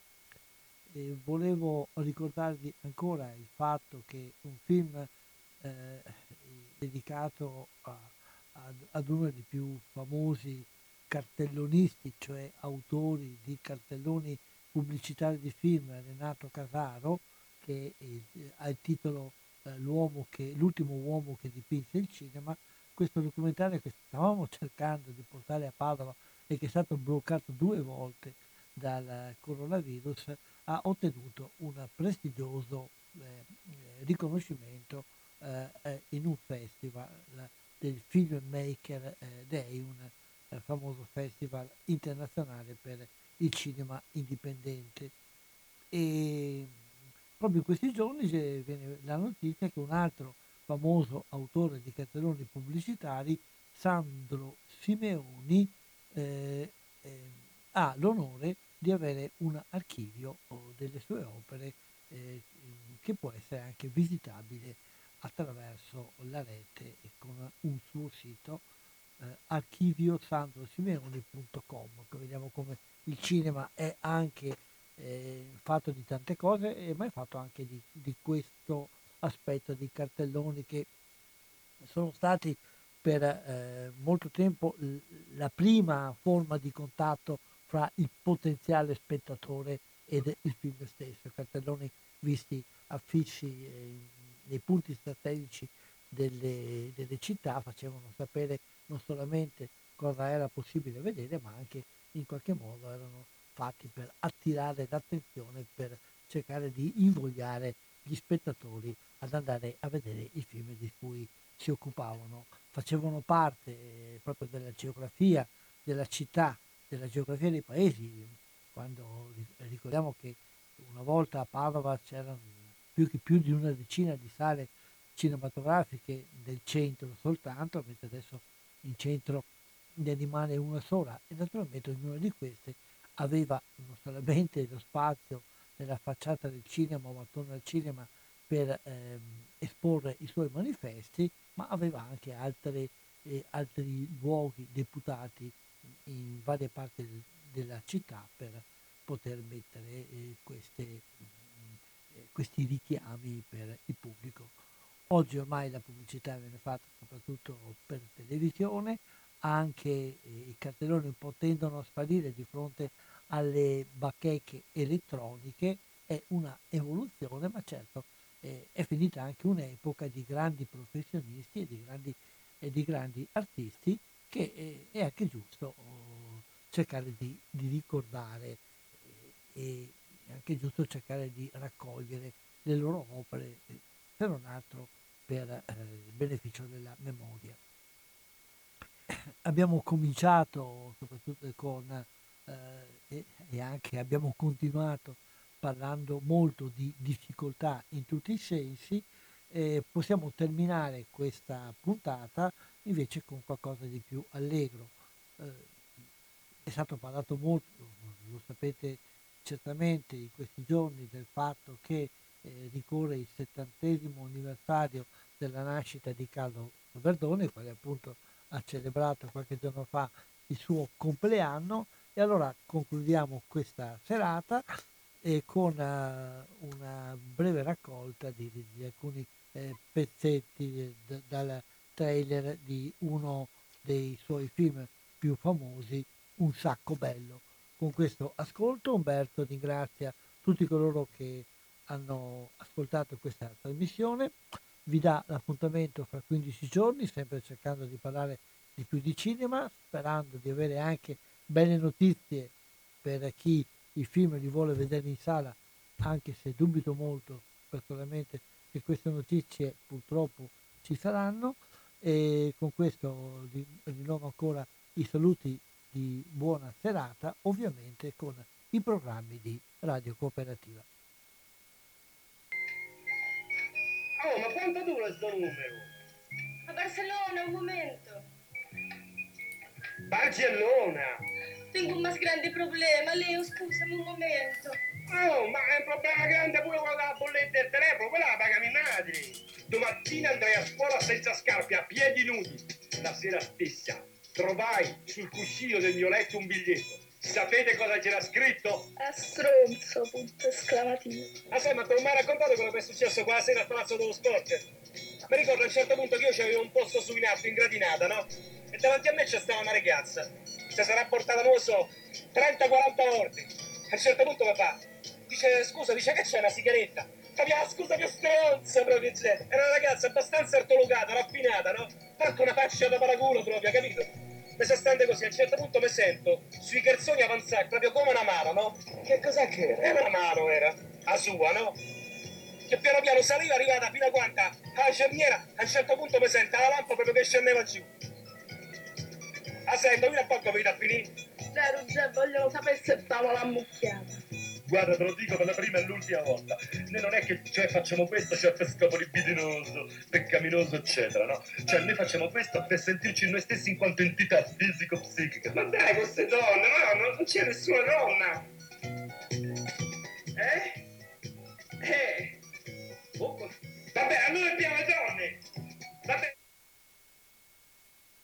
Volevo ricordarvi ancora il fatto che un film eh, dedicato ad uno dei più famosi cartellonisti, cioè autori di cartelloni pubblicitari di film, Renato Casaro, che ha il titolo L'ultimo uomo che dipinse il cinema. Questo documentario che stavamo cercando di portare a Padova e che è stato bloccato 2 volte dal coronavirus, ha ottenuto un prestigioso riconoscimento in un festival del Filmmaker Day, un famoso festival internazionale per il cinema indipendente. E proprio in questi giorni viene la notizia che un altro famoso autore di cartelloni pubblicitari, Sandro Simeoni, ha l'onore di avere un archivio delle sue opere che può essere anche visitabile attraverso la rete e con un suo sito archiviosandrosimeoni.com, che vediamo come il cinema è anche fatto di tante cose, ma è fatto anche di questo aspetto di cartelloni che sono stati per molto tempo la prima forma di contatto fra il potenziale spettatore ed il film stesso. Cartelloni visti affissi nei punti strategici delle città facevano sapere non solamente cosa era possibile vedere, ma anche in qualche modo erano fatti per attirare l'attenzione, per cercare di invogliare gli spettatori ad andare a vedere i film di cui si occupavano. Facevano parte proprio della geografia della città, della geografia dei paesi, quando ricordiamo che una volta a Padova c'erano più di una decina di sale cinematografiche del centro soltanto, mentre adesso in centro ne rimane una sola e naturalmente ognuna di queste aveva non solamente lo spazio nella facciata del cinema o attorno al cinema per esporre i suoi manifesti, ma aveva anche altri luoghi deputati in varie parti della città per poter mettere questi richiami per il pubblico. Oggi ormai la pubblicità viene fatta soprattutto per televisione, anche i cartelloni un po' tendono a sparire di fronte alle bacheche elettroniche, è una evoluzione, ma certo è finita anche un'epoca di grandi professionisti e di grandi artisti che è anche giusto cercare di ricordare e è anche giusto cercare di raccogliere le loro opere, se non altro per il beneficio della memoria. Abbiamo cominciato soprattutto e anche abbiamo continuato parlando molto di difficoltà in tutti i sensi, possiamo terminare questa puntata invece con qualcosa di più allegro. È stato parlato molto, lo sapete certamente in questi giorni, del fatto che ricorre il 70° anniversario della nascita di Carlo Verdone, quale appunto ha celebrato qualche giorno fa il suo compleanno, e allora concludiamo questa serata con una breve raccolta di alcuni pezzetti dal trailer di uno dei suoi film più famosi, Un sacco bello. Con questo ascolto Umberto ringrazia tutti coloro che hanno ascoltato questa trasmissione, vi dà l'appuntamento fra 15 giorni, sempre cercando di parlare di più di cinema, sperando di avere anche belle notizie per chi i film li vuole vedere in sala, anche se dubito molto personalmente che queste notizie purtroppo ci saranno. E con questo rinnovo ancora i saluti di buona serata, ovviamente con i programmi di Radio Cooperativa. Oh, ma quanto dura sto numero? A Barcellona, un momento. Barcellona! tengo un más grande problema. Leo, scusami un momento. Oh, ma è un problema grande pure con la bolletta del telefono, quella la paga mia madre. Domattina andrai a scuola senza scarpe, a piedi nudi. La sera stessa trovai sul cuscino del mio letto un biglietto. Sapete cosa c'era scritto? A stronzo, punto esclamativo. Ah sì, ma te l'ho mai raccontato quello che è successo quella sera al Palazzo dello Sport? Mi ricordo a un certo punto che io c'avevo un posto su in alto, in gradinata, no? E davanti a me c'è stava una ragazza. Si sarà portata, non lo so, 30-40 volte. A un certo punto papà dice, scusa, dice che c'è una sigaretta. Fa, scusa che stronza proprio, eccetera. Era una ragazza abbastanza ortologata, raffinata, no? Manco una faccia da paraculo proprio, capito? Mi sta stando così, a un certo punto mi sento sui cherzoni avanzare proprio come una mano, no? Che cos'è che era? Era una mano, era. La sua, no? Che piano piano saliva, arrivata fino a quanta? Alla cerniera, a un certo punto mi sento la lampa proprio che scendeva giù. La sento, fino a poco vedo a finire. Già, vogliono sapere se stavo la mucchiata. Guarda, te lo dico per la prima e l'ultima volta. Noi non è che facciamo questo per scopo libidinoso, peccaminoso, eccetera, no? Cioè, noi facciamo questo per sentirci noi stessi in quanto entità fisico-psichica. Ma dai, queste donne, no, non c'è nessuna donna. Oh. Vabbè, a noi abbiamo le donne. Vabbè.